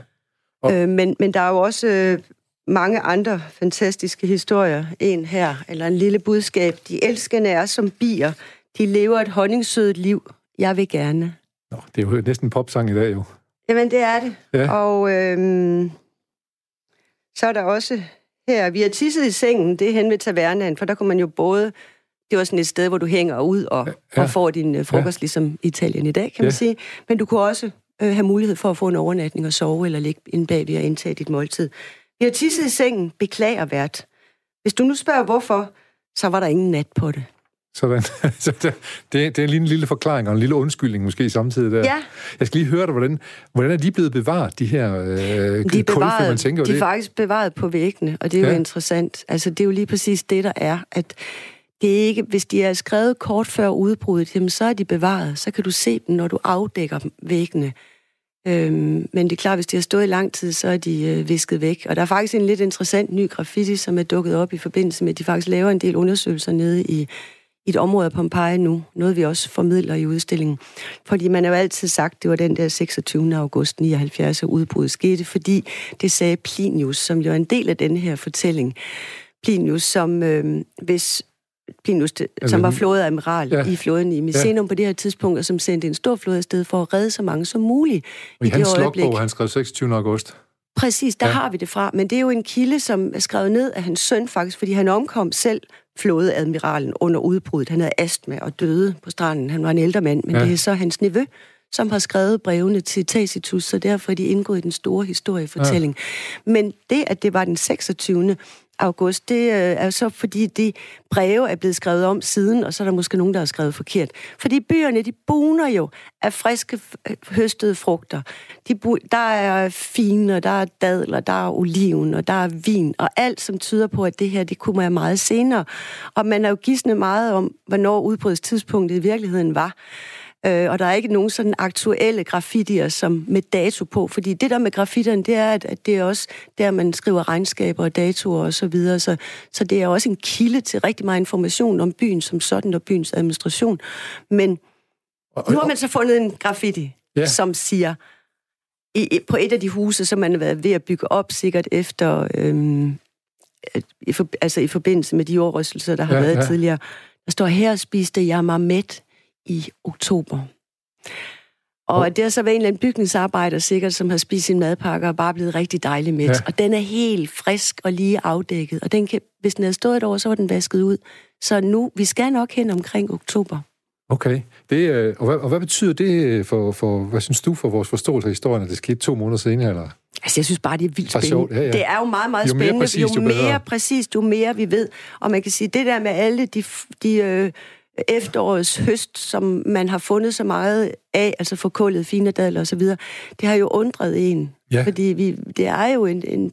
[SPEAKER 2] Ja. Men der er jo også... mange andre fantastiske historier. En her, eller en lille budskab. De elskende er som bier. De lever et honningsødet liv. Jeg vil gerne.
[SPEAKER 1] Nå, det er jo næsten en popsang i dag, jo.
[SPEAKER 2] Jamen, det er det. Ja. Og så er der også her, vi har tisset i sengen, det er hen ved tavernaen, for der kunne man jo både... Det var sådan et sted, hvor du hænger ud og får din frokost, ligesom i Italien i dag, kan man sige. Men du kunne også have mulighed for at få en overnatning og sove, eller ligge inde bagved og indtage dit måltid. Vi har tisset i sengen, beklager vært. Hvis du nu spørger hvorfor, så var der ingen nat på det.
[SPEAKER 1] Sådan. Det er en lille forklaring og en lille undskyldning måske samtidig der.
[SPEAKER 2] Ja.
[SPEAKER 1] Jeg skal lige høre dig, hvordan er de blevet bevaret, de her kulfilm, man tænker
[SPEAKER 2] de er faktisk bevaret på væggene, og det er jo interessant. Altså, det er jo lige præcis det, der er, at det er ikke, hvis de er skrevet kort før udbruddet, jamen, så er de bevaret. Så kan du se dem, når du afdækker væggene. Men det er klart, hvis de har stået i lang tid, så er de visket væk. Og der er faktisk en lidt interessant ny graffiti, som er dukket op i forbindelse med, at de faktisk laver en del undersøgelser nede i et område af Pompeji nu. Noget, vi også formidler i udstillingen. Fordi man har jo altid sagt, det var den der 26. august 79, at udbruddet skete, fordi det sagde Plinius, som jo er en del af den her fortælling. Plinius, som som var flådeadmiral i flåden i Misenum på det her tidspunkt, og som sendte en stor flåde afsted for at redde så mange som muligt.
[SPEAKER 1] Og i hans logbog, han skrev 26. august.
[SPEAKER 2] Præcis, der har vi det fra. Men det er jo en kilde, som er skrevet ned af hans søn faktisk, fordi han omkom selv flådeadmiralen under udbruddet. Han havde astma og døde på stranden. Han var en ældre mand, men det er så hans nevø, som har skrevet brevene til Tacitus, så derfor er de indgået i den store historiefortælling. Men det, at det var den 26. august, det er så fordi de breve er blevet skrevet om siden, og så er der måske nogen, der har skrevet forkert. Fordi byerne, de buner jo af friske høstede frugter. Der er finer, der er dadler, der er oliven, og der er vin, og alt, som tyder på, at det her, det kunne være meget senere. Og man er jo gisne meget om, hvornår udbrudstidspunktet i virkeligheden var. Og der er ikke nogen sådan aktuelle graffitier som med dato på, fordi det der med graffitierne, det er, at det er også der, man skriver regnskaber og datoer og så videre, så det er også en kilde til rigtig meget information om byen som sådan og byens administration. Men nu har man så fundet en graffiti, som siger, på et af de huse, som man har været ved at bygge op, sikkert efter, i forbindelse med de jordrystelser, der har været tidligere, der står, her spiste jeg mig mæt i oktober. Og det har så været en eller anden bygningsarbejder sikkert, som har spist sin madpakke og bare blevet rigtig dejlig mæt. Ja. Og den er helt frisk og lige afdækket. Og den kan, hvis den havde stået et år, så var den vasket ud. Så nu, vi skal nok hen omkring oktober.
[SPEAKER 1] Okay. Og hvad betyder det for, hvad synes du, for vores forståelse af historien, at det skete 2 måneder senere, eller?
[SPEAKER 2] Altså, jeg synes bare, det er vildt spændende. Ja. Det er jo meget, meget spændende. Jo mere præcist, jo mere vi ved. Og man kan sige, det der med alle de efterårets høst, som man har fundet så meget af, altså forkullet finerdadler og så videre, det har jo undret en. Ja. Fordi det er jo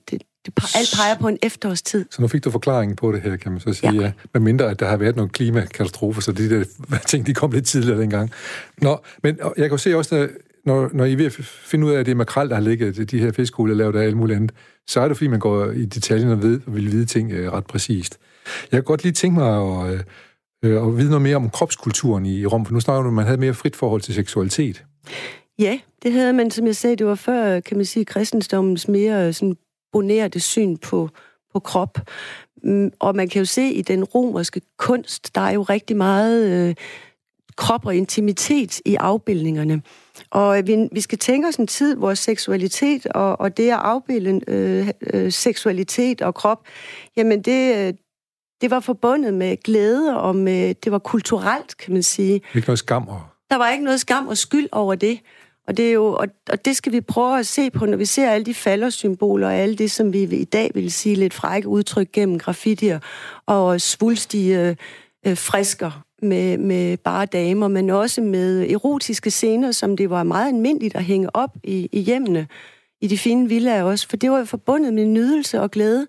[SPEAKER 2] alt peger på en efterårstid. Så
[SPEAKER 1] nu fik du forklaringen på det her, kan man så sige. Ja. Med mindre, at der har været nogle klimakatastrofer, så de der ting, de kom lidt tidligere dengang. Men jeg kan se også, når I vil finde ud af, at det er makrel, der har ligget, de her fiskehule, lavet af alt muligt andet, så er det, fordi man går i detaljen og vil vide ting ret præcist. Jeg kan godt lige tænke mig og vide noget mere om kropskulturen i Rom, for nu snakker du, at man havde mere frit forhold til seksualitet.
[SPEAKER 2] Ja, det havde man, som jeg sagde, det var før, kan man sige, kristendommens mere sådan bonerte syn på krop. Og man kan jo se i den romerske kunst, der er jo rigtig meget krop og intimitet i afbildningerne. Og vi skal tænke os en tid, hvor seksualitet og det at afbilde seksualitet og krop, jamen det var forbundet med glæde, og det var kulturelt, kan man sige.
[SPEAKER 1] Ikke noget skam over.
[SPEAKER 2] Der var ikke noget skam og skyld over det. Og det er jo, og det skal vi prøve at se på, når vi ser alle de faldersymboler og alle det, som vi i dag vil sige lidt frække udtryk gennem graffitier og svulstige frisker med bare damer, men også med erotiske scener, som det var meget almindeligt at hænge op i hjemmene, i de fine villaer også, for det var jo forbundet med nydelse og glæde,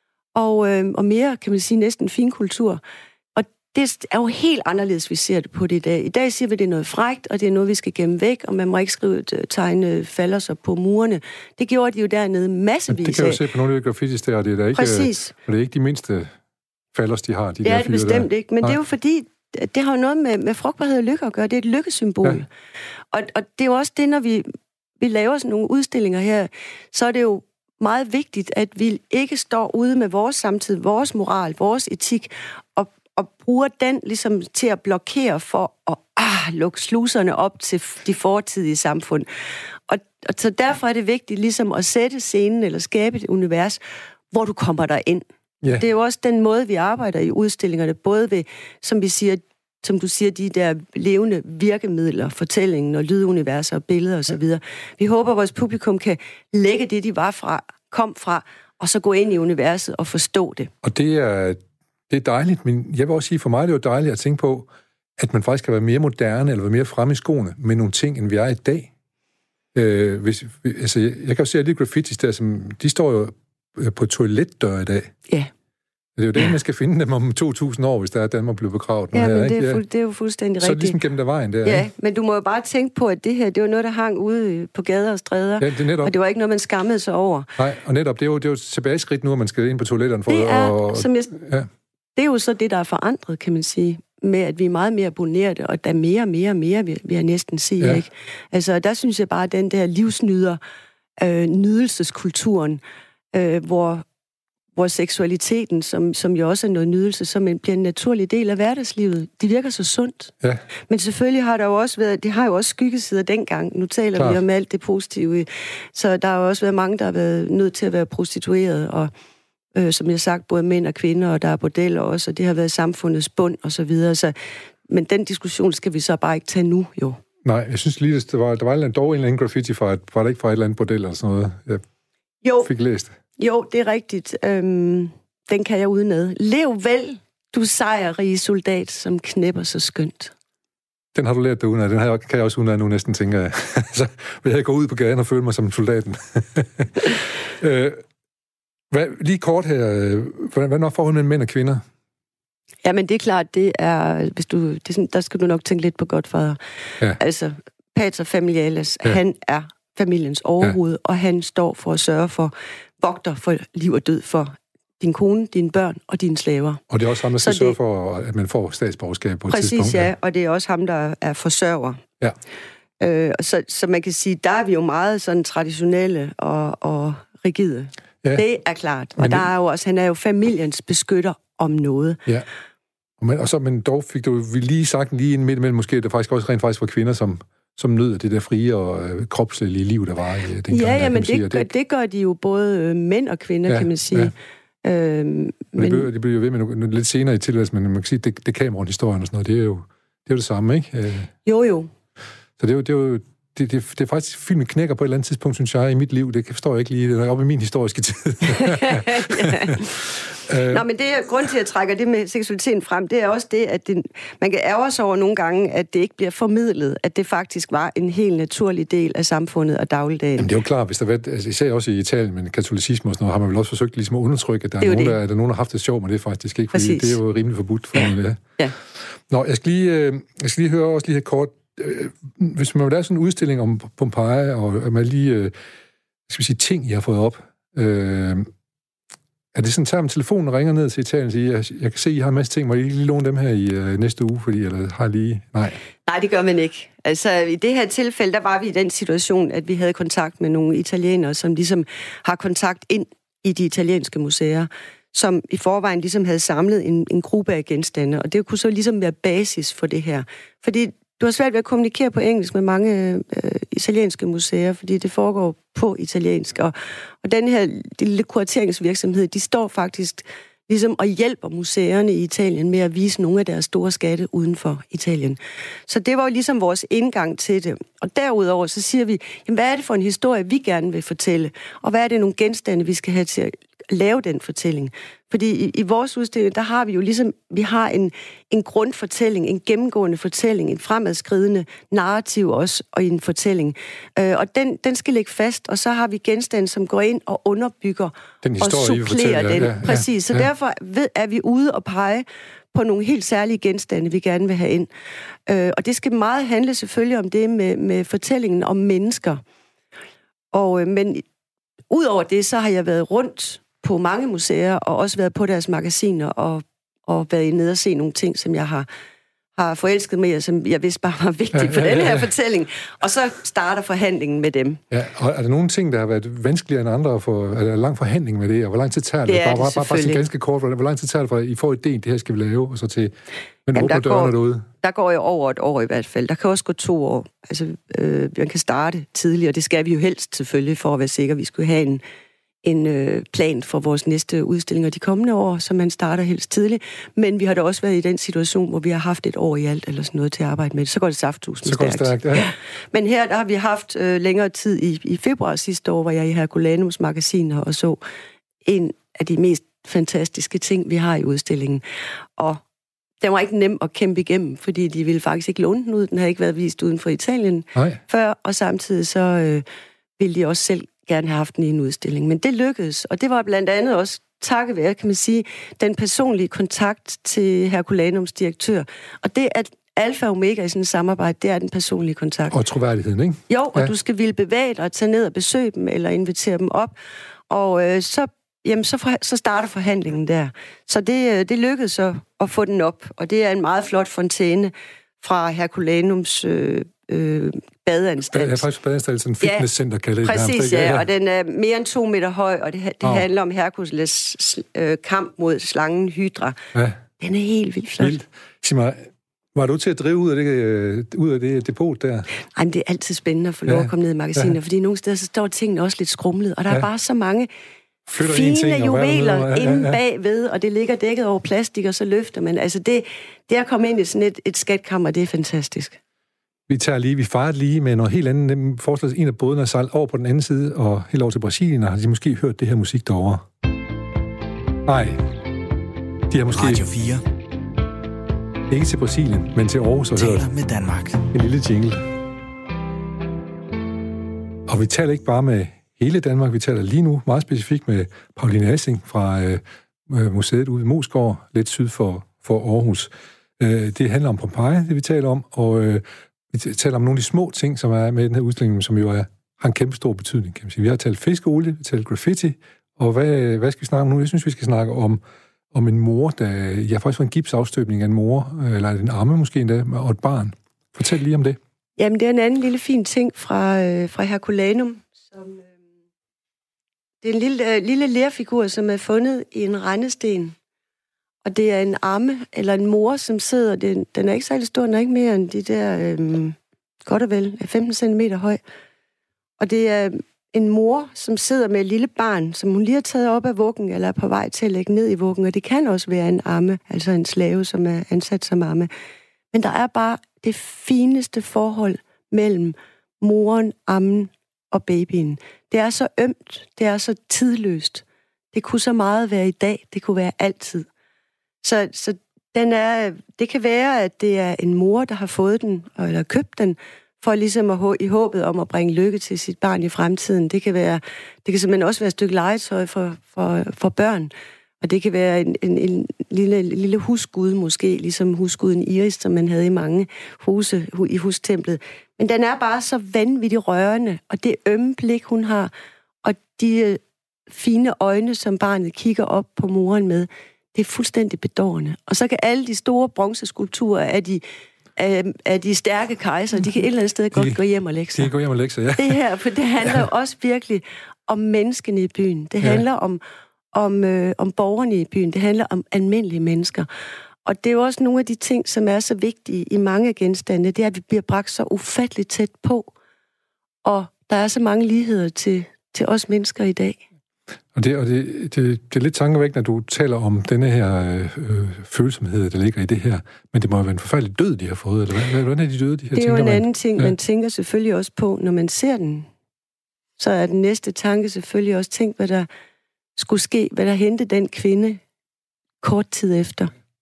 [SPEAKER 2] og mere, kan man sige, næsten fin kultur. Og det er jo helt anderledes, vi ser det på det i dag. I dag siger vi, at det er noget frækt, og det er noget, vi skal gemme væk, og man må ikke tegne falderser på murene. Det gjorde de jo dernede massevis af.
[SPEAKER 1] Det kan du se på nogle af de graffitis der, og det er ikke,
[SPEAKER 2] præcis.
[SPEAKER 1] Og det er ikke de mindste falders, de har.
[SPEAKER 2] Det er det bestemt ikke, men det er jo fordi, det har jo noget med frugtbarhed og lykke at gøre. Det er et lykkesymbol. Ja. Og det er jo også det, når vi laver sådan nogle udstillinger her, så er det jo meget vigtigt, at vi ikke står ude med vores samtid, vores moral, vores etik, og bruger den ligesom til at blokere for at lukke sluserne op til de fortidige samfund. Og så derfor er det vigtigt ligesom at sætte scenen eller skabe et univers, hvor du kommer derind. Yeah. Det er jo også den måde, vi arbejder i udstillingerne, både ved, som du siger, de der levende virkemidler, fortællingen og lyduniverser og billeder osv. Vi håber, at vores publikum kan lægge det, de kom fra, og så gå ind i universet og forstå det.
[SPEAKER 1] Og det er dejligt, men jeg vil også sige, for mig det er jo dejligt at tænke på, at man faktisk kan være mere moderne, eller være mere fremme i skoene med nogle ting, end vi er i dag. Jeg kan jo se, at de graffitis der, de står jo på toiletdør i dag.
[SPEAKER 2] Ja.
[SPEAKER 1] Det er jo det, man skal finde dem om 2.000 år, hvis der er Danmark bliver begravet.
[SPEAKER 2] Ja, men det er jo fuldstændig rigtigt.
[SPEAKER 1] Så er det ligesom gennem der vejen der.
[SPEAKER 2] Ja, men du må jo bare tænke på, at det her, det var noget, der hang ude på gader og stræder.
[SPEAKER 1] Ja, det er netop.
[SPEAKER 2] Og det var ikke noget, man skammede sig over.
[SPEAKER 1] Nej, og netop, det er jo tilbageskridt nu, at man skal ind på toiletterne for
[SPEAKER 2] det er jo så det, der er forandret, kan man sige, med at vi er meget mere abonnerte, og der er mere, vil jeg næsten sige, ikke? Altså, der synes jeg bare, at den der livsnyder, nydelseskulturen, hvor seksualiteten, som jo også er noget nydelse, som bliver en naturlig del af hverdagslivet, det virker så sundt. Ja. Men selvfølgelig har der jo også været, det har jo også skyggesider dengang. Nu taler vi om alt det positive. Så der har jo også været mange, der har været nødt til at være prostitueret, og som jeg har sagt, både mænd og kvinder, og der er bordeller også, og det har været samfundets bund, og så videre. Men den diskussion skal vi så bare ikke tage nu, jo. Nej,
[SPEAKER 1] jeg synes lige, der var dog en eller anden graffiti var det ikke fra et eller andet bordel eller sådan noget? Jeg fik læst.
[SPEAKER 2] Jo, det er rigtigt. Den kan jeg udenad. Lev vel, du sejrrige soldat, som knæpper så skønt.
[SPEAKER 1] Den har du lært dig udenad. Den kan jeg også udenad nu næsten, tænker jeg. Så vil jeg gå ud på gaden og føle mig som soldaten. Lige kort her. Hvad er forholdet mellem mænd og kvinder?
[SPEAKER 2] Jamen, det er klart, det er... der skal du nok tænke lidt på Godfather. Ja. Altså, pater familialis, han er familiens overhoved, og han står for at sørge for, vogter for liv og død for din kone, dine børn og dine slaver. Og det er også ham, der skal sørge for, at man får statsborgerskab på et tidspunkt. Præcis, ja, og det er også ham, der er forsørger. Ja. Så man kan sige, der er vi jo meget sådan traditionelle og rigide. Ja. Det er klart. Og der er jo også, han er jo familiens beskytter om noget. Ja.
[SPEAKER 1] Men dog fik du lige sagt lige ind midt imellem, måske, at der faktisk også rent faktisk var kvinder, som nød af det der frie og kropslige liv, der var i dengang.
[SPEAKER 2] Ja, men det gør de jo både mænd og kvinder, kan man sige. Ja.
[SPEAKER 1] Men det bliver jo ved med lidt senere i tilværelsen, men man kan sige, det Cameron-historien og sådan noget, det er jo det samme, ikke?
[SPEAKER 2] Jo. Så det er jo
[SPEAKER 1] det er faktisk, filmen knækker på et eller andet tidspunkt, synes jeg, i mit liv. Det forstår jeg ikke lige. Det er oppe i min historiske tid.
[SPEAKER 2] Nå, men det er grund til, at jeg trækker det med seksualiteten frem, det er også det, at man kan ærge sig over nogle gange, at det ikke bliver formidlet, at det faktisk var en helt naturlig del af samfundet og dagligdagen. Jamen,
[SPEAKER 1] det er jo klart, hvis der var, især også i Italien, men katolicisme og sådan noget, har man vel også forsøgt ligesom at undertrykke, at der er nogen, der har haft det sjovt, men det er faktisk ikke, fordi det er jo rimelig forbudt for det. Ja. Nå, jeg skal lige høre også lige her kort, hvis man vil lave sådan en udstilling om Pompeji, og man lige, skal vi sige, ting, I har fået op, er det sådan, tager man telefonen og ringer ned til Italien og siger, jeg kan se, I har en masse ting, må I lige låne dem her i næste uge, fordi, eller har lige... Nej,
[SPEAKER 2] det gør man ikke. Altså, i det her tilfælde, der var vi i den situation, at vi havde kontakt med nogle italienere, som ligesom har kontakt ind i de italienske museer, som i forvejen ligesom havde samlet en gruppe af genstande, og det kunne så ligesom være basis for det her. Fordi du har svært ved at kommunikere på engelsk med mange italienske museer, fordi det foregår på italiensk. Og den her lille kurateringsvirksomhed, de står faktisk ligesom og hjælper museerne i Italien med at vise nogle af deres store skatte uden for Italien. Så det var jo ligesom vores indgang til det. Og derudover så siger vi, jamen, hvad er det for en historie, vi gerne vil fortælle? Og hvad er det nogle genstande, vi skal have til at lave den fortælling? Fordi i vores udstilling, der har vi jo ligesom, vi har en grundfortælling, en gennemgående fortælling, en fremadskridende narrativ også, og en fortælling. Og den skal ligge fast, og så har vi genstande, som går ind og underbygger den historie, og supplerer den. Ja. Præcis, så derfor er vi ude og pege på nogle helt særlige genstande, vi gerne vil have ind. Og det skal meget handle selvfølgelig om det med fortællingen om mennesker. Men udover det, så har jeg været rundt på mange museer, og også været på deres magasiner, og været nede og se nogle ting, som jeg har forelsket med, og som jeg vidste bare var vigtigt for den her fortælling. Og så starter forhandlingen med dem. Ja,
[SPEAKER 1] og er der nogle ting, der har været vanskeligere end andre? Er der lang forhandling med det, og hvor lang tid tager det? Bare sådan ganske kort, hvor lang tid tager det, for I får idéen, det her skal vi lave, og så til man åbner dørene derude?
[SPEAKER 2] Der går jo over et år i hvert fald. Der kan også gå 2 år. Altså, man kan starte tidligere, og det skal vi jo helst selvfølgelig, for at være sikre. Vi skulle have en plan for vores næste udstillinger de kommende år, så man starter helst tidligt. Men vi har da også været i den situation, hvor vi har haft 1 år i alt, eller sådan noget til at arbejde med det. Så går det safthusen stærkt. Så går det stærkt, ja. Men her der har vi haft længere tid i februar sidste år, hvor jeg i Herculanums magasiner og så en af de mest fantastiske ting, vi har i udstillingen. Og den var ikke nem at kæmpe igennem, fordi de ville faktisk ikke låne den ud. Den havde ikke været vist uden for Italien før, og samtidig så ville de også selv gerne have haft den i en udstilling. Men det lykkedes, og det var blandt andet også takket være, kan man sige, den personlige kontakt til Herculanums direktør. Og det at alfa og omega i sådan et samarbejde, det er den personlige kontakt. Og
[SPEAKER 1] troværdigheden, ikke?
[SPEAKER 2] Jo, og du skal ville bevæge dig og tage ned og besøge dem, eller invitere dem op. Og så starter forhandlingen der. Så det lykkedes så at få den op. Og det er en meget flot fontæne fra Herculanums badeanstalt.
[SPEAKER 1] Ja, faktisk badeanstalt, sådan en fitnesscenter, kalder det.
[SPEAKER 2] Præcis, ja, og den er mere end 2 meter høj, og det handler om Hercules kamp mod slangen Hydra. Ja. Den er helt vildt flot.
[SPEAKER 1] Sig mig, var du til at drive ud af det depot der?
[SPEAKER 2] Ej, det er altid spændende at få lov at komme ned i magasiner, fordi nogle steder så står tingene også lidt skrumlet, og der er bare så mange fine juveler inde bagved, og det ligger dækket over plastik, og så løfter man. Altså det at komme ind i sådan et skatkammer, det er fantastisk.
[SPEAKER 1] Vi fejrer lige med noget helt andet. Forestiller en af bådene er sejlet over på den anden side, og helt over til Brasilien, og har de måske hørt det her musik derovre? Nej. De har måske...
[SPEAKER 3] Radio 4.
[SPEAKER 1] Ikke til Brasilien, men til Aarhus og
[SPEAKER 3] taler med Danmark.
[SPEAKER 1] En lille jingle. Og vi taler ikke bare med hele Danmark, vi taler lige nu meget specifikt med Pauline Assing fra museet ude i Moesgaard, lidt syd for Aarhus. Det handler om Pompeji, det vi taler om, og vi taler om nogle af de små ting, som er med i den her udstilling, som jo har en kæmpe stor betydning, kan man sige. Vi har talt fiskeolie, vi har talt graffiti, og hvad skal vi snakke om nu? Jeg synes, vi skal snakke om en mor, der faktisk var en gipsafstøbning af en mor, eller en amme måske endda, og et barn. Fortæl lige om det.
[SPEAKER 2] Jamen, det er en anden lille fin ting fra Herculanum, som... Det er en lille lerfigur, som er fundet i en rendesten. Og det er en amme, eller en mor, som sidder... Den er ikke særlig stor, den er ikke mere end de der... godt og vel, 15 cm høj. Og det er en mor, som sidder med et lille barn, som hun lige har taget op af vuggen, eller er på vej til at lægge ned i vuggen. Og det kan også være en amme, altså en slave, som er ansat som amme. Men der er bare det fineste forhold mellem moren, ammen og babyen. Det er så ømt, det er så tidløst. Det kunne så meget være i dag, det kunne være altid. Så det kan være, at det er en mor, der har fået den, eller købt den, for ligesom i håbet om at bringe lykke til sit barn i fremtiden. Det kan simpelthen også være et stykke legetøj for børn, og det kan være en lille husgud måske, ligesom husguden Iris, som man havde i mange huse i hustemplet. Men den er bare så vanvittigt rørende, og det ømme blik, hun har, og de fine øjne, som barnet kigger op på moren med, det er fuldstændig bedårende. Og så kan alle de store bronzeskulpturer af de stærke kejser, de kan et eller andet sted godt gå hjem og lægge sig.
[SPEAKER 1] De kan gå hjem og lægge sig, ja.
[SPEAKER 2] Det her, for det handler jo også virkelig om menneskene i byen. Det handler om borgerne i byen. Det handler om almindelige mennesker. Og det er jo også nogle af de ting, som er så vigtige i mange genstande, det er, at vi bliver bragt så ufatteligt tæt på. Og der er så mange ligheder til os mennesker i dag.
[SPEAKER 1] Og det er lidt tankevækkende, når du taler om denne her følsomhed, der ligger i det her. Men det må jo være en forfærdelig død, de har fået, eller hvordan er de døde, de her?
[SPEAKER 2] Det er jo en anden ting, man tænker selvfølgelig også på, når man ser den. Så er den næste tanke selvfølgelig også, tænk, hvad der skulle ske, hvad der hente den kvinde kort tid efter.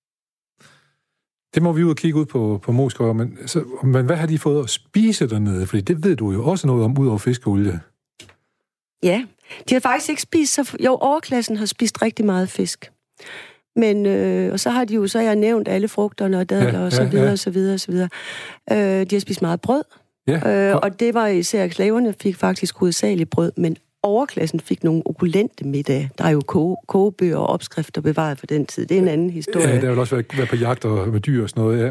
[SPEAKER 1] Det må vi ud og kigge ud på Moesgaard, men hvad har de fået at spise dernede? Fordi det ved du jo også noget om, ud over fiskeolie.
[SPEAKER 2] Ja, de har faktisk ikke spist så... Jo, overklassen har spist rigtig meget fisk. Men, og så har jeg nævnt alle frugterne og dadler og så videre, og så videre, og så videre. De har spist meget brød. Ja. Og det var især slaverne fik faktisk hovedsageligt brød, men overklassen fik nogle opulente middage. Der er jo kogebøger og opskrifter bevaret for den tid. Det er en anden historie.
[SPEAKER 1] Ja, der vil også være på jagt og med dyr og sådan noget.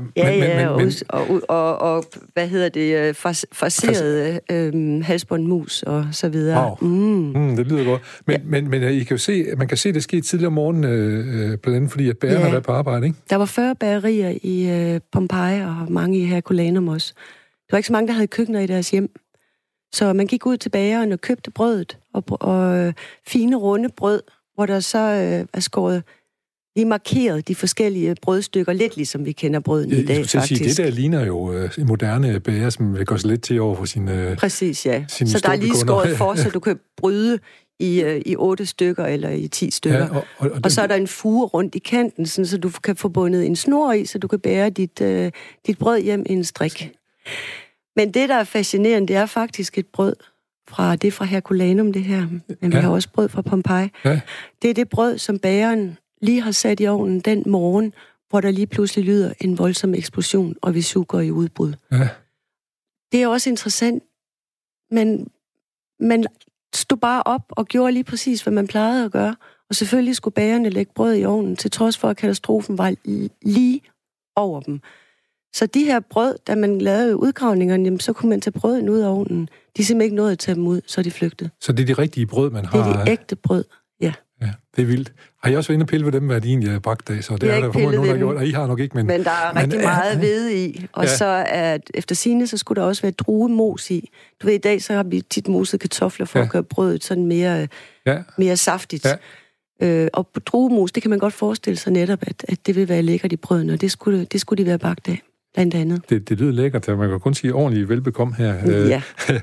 [SPEAKER 2] Og hvad hedder det? Farserede halsbåndmus og så videre.
[SPEAKER 1] Wow. Det lyder godt. Men I kan jo se, man kan se, det sker tidligere om morgenen, blandt andet fordi, at bagerne har været på arbejde, ikke?
[SPEAKER 2] Der var 40 bagerier i Pompeji og mange i Herculanum også. Der var ikke så mange, der havde køkkener i deres hjem. Så man gik ud til bageren og købte brødet, og fine, runde brød, hvor der så er skåret, lige markeret de forskellige brødstykker, lidt ligesom vi kender brøden i dag, faktisk.
[SPEAKER 1] Det der ligner jo en moderne bager, som vil gå så lidt til over for sin...
[SPEAKER 2] Præcis, ja. Så der er lige skåret for, så du kan bryde i 8 stykker eller i 10 stykker. Ja, og så er der en fuge rundt i kanten, sådan, så du kan få bundet en snor i, så du kan bære dit brød hjem i en strik. Men det, der er fascinerende, det er faktisk et brød fra Herculaneum, det her. Men vi har også brød fra Pompeji. Ja. Det er det brød, som bageren lige har sat i ovnen den morgen, hvor der lige pludselig lyder en voldsom eksplosion, og Vesuv går i udbrud. Ja. Det er også interessant, men man stod bare op og gjorde lige præcis, hvad man plejede at gøre. Og selvfølgelig skulle bagerne lægge brød i ovnen, til trods for, at katastrofen var lige over dem. Så de her brød, da man lavede udgravningerne, jamen, så kunne man tage brøden ud af ovnen. De er simpelthen ikke nået at tage dem ud, så er de flygtet.
[SPEAKER 1] Så det er de rigtige brød, man har?
[SPEAKER 2] Det er de ægte brød, ja.
[SPEAKER 1] Ja, det er vildt. Har I også været inde og pille ved dem, hvad de egentlig er bragt af? Så det er der formodentlig nogen, der har gjort, og I har nok ikke, men
[SPEAKER 2] der er rigtig meget hvede i. Og så er efter sigende, så skulle der også være druemos i. Du ved, i dag så har vi tit moset kartofler for at gøre brødet sådan mere saftigt. Ja. Og på druemos, det kan man godt forestille sig netop, at det vil være lækkert i brødene, og det skulle de være bagt af, blandt andet.
[SPEAKER 1] Det lyder lækkert, man kan kun sige ordentligt velbekomme her.
[SPEAKER 2] Ja.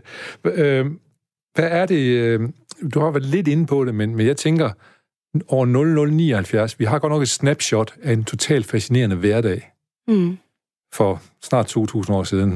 [SPEAKER 1] Hvad er det, du har været lidt inde på det, men jeg tænker, år 0079, vi har godt nok et snapshot af en totalt fascinerende hverdag for snart 2000 år siden.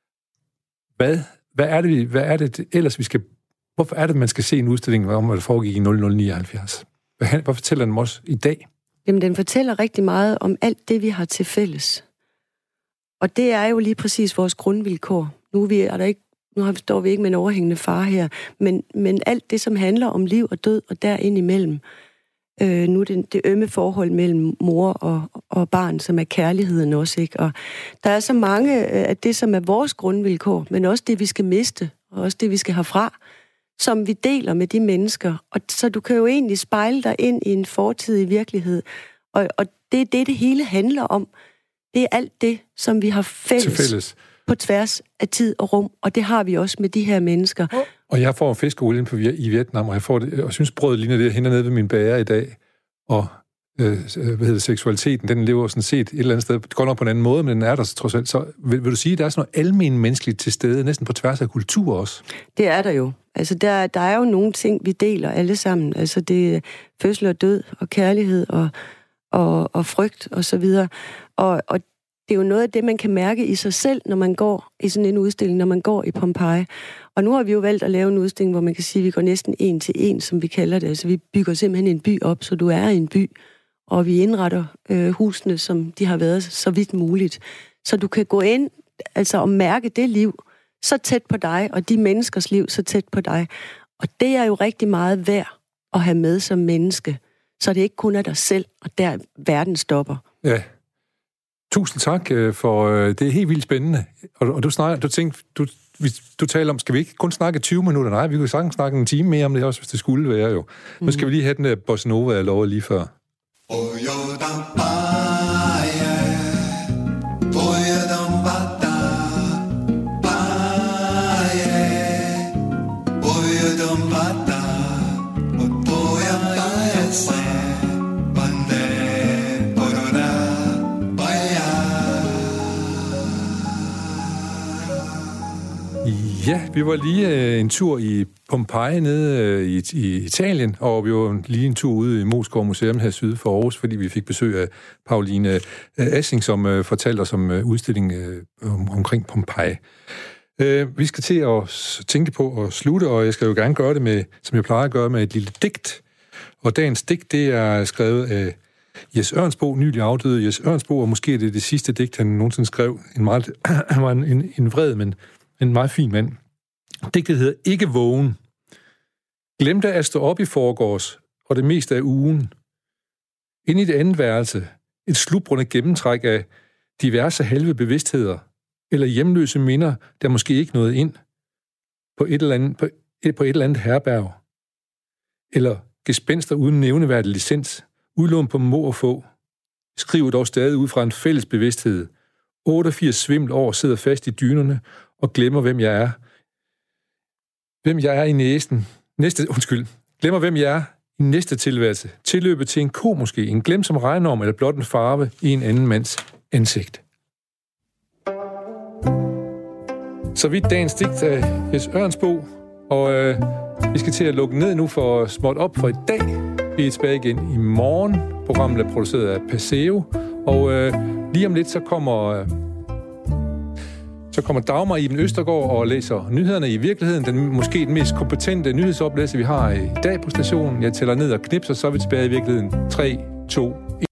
[SPEAKER 1] Hvad er det ellers, vi skal... Hvorfor er det, man skal se en udstilling om, hvad der foregik i 0079? Hvad fortæller den os i dag?
[SPEAKER 2] Jamen, den fortæller rigtig meget om alt det, vi har til fælles. Og det er jo lige præcis vores grundvilkår. Nu står vi ikke med en overhængende fare her, men alt det, som handler om liv og død, og derinde imellem, nu det ømme forhold mellem mor og barn, som er kærligheden også, ikke? Og der er så mange af det, som er vores grundvilkår, men også det, vi skal miste, og også det, vi skal herfra, som vi deler med de mennesker. Og så du kan jo egentlig spejle dig ind i en fortidig virkelighed, og det er det hele handler om. Det er alt det, som vi har fælles. På tværs af tid og rum, og det har vi også med de her mennesker.
[SPEAKER 1] Og jeg får fiskeolien i Vietnam, og jeg får det, og synes brødet ligner det, jeg henter nede ved min bager i dag. Og seksualiteten, den lever sådan set et eller andet sted. Det går nok på en anden måde, men den er der trods alt. Så vil du sige, at der er sådan noget almen menneskeligt til stede, næsten på tværs af kultur også? Det
[SPEAKER 2] er der jo. Altså, der er jo nogle ting, vi deler alle sammen. Altså, det er fødsel og død, og kærlighed, og frygt, og så videre. Og det er jo noget af det, man kan mærke i sig selv, når man går i sådan en udstilling, når man går i Pompeji. Og nu har vi jo valgt at lave en udstilling, hvor man kan sige, at vi går næsten 1 til 1, som vi kalder det. Altså vi bygger simpelthen en by op, så du er i en by, og vi indretter husene, som de har været så vidt muligt. Så du kan gå ind og mærke det liv så tæt på dig, og de menneskers liv så tæt på dig. Og det er jo rigtig meget værd at have med som menneske, så det ikke kun er dig selv, og der verden stopper.
[SPEAKER 1] Ja. Tusind tak for det er helt vildt spændende. Og du taler om, skal vi ikke kun snakke 20 minutter? Nej, vi kunne sagtens snakke en time mere om det også, hvis det skulle være jo. Nu skal vi lige have den der bossa nova, jeg lovede lige før. Ja, vi var lige en tur i Pompeji nede i Italien, og vi var lige en tur ude i Moskov Museum her syd for Aarhus, fordi vi fik besøg af Pauline Assing, som fortalte os om udstillingen omkring Pompeji. Vi skal til at tænke på at slutte, og jeg skal jo gerne gøre det med, som jeg plejer at gøre, med et lille digt. Og dagens digt, det er skrevet af Jes Ørnsbo, nylig afdøde Jes Ørnsbo, og måske er det sidste digt, han nogensinde skrev. Han var en vred, men en meget fin mand. Digtet hedder Ikke vågen. Glemte at stå op i forgårs, og det meste af ugen. Ind i det andet værelse, et slubrende gennemtræk af diverse halve bevidstheder, eller hjemløse minder, der måske ikke nåede ind på et eller andet herberg, eller gespenster uden nævneværdig licens, udlån på må og få, skriver dog stadig ud fra en fælles bevidsthed. 88 svimle år sidder fast i dynerne og glemmer, hvem jeg er. Hvem jeg er i glemmer, hvem jeg er i næste tilværelse. Tilløbet til en ko måske, en glemsom regnorm eller blot en farve i en anden mands ansigt. Så vidt dagens digt af Jes Ørnsbo, og Vi skal til at lukke ned nu for småt op for i dag. Vi er tilbage igen i morgen. Programmet er produceret af Paseo. Og lige om lidt, så kommer Dagmar Iben Østergaard og læser nyhederne i virkeligheden. Måske den mest kompetente nyhedsoplæser, vi har i dag på stationen. Jeg tæller ned og knipser, så er vi tilbage i virkeligheden. 3, 2, 1.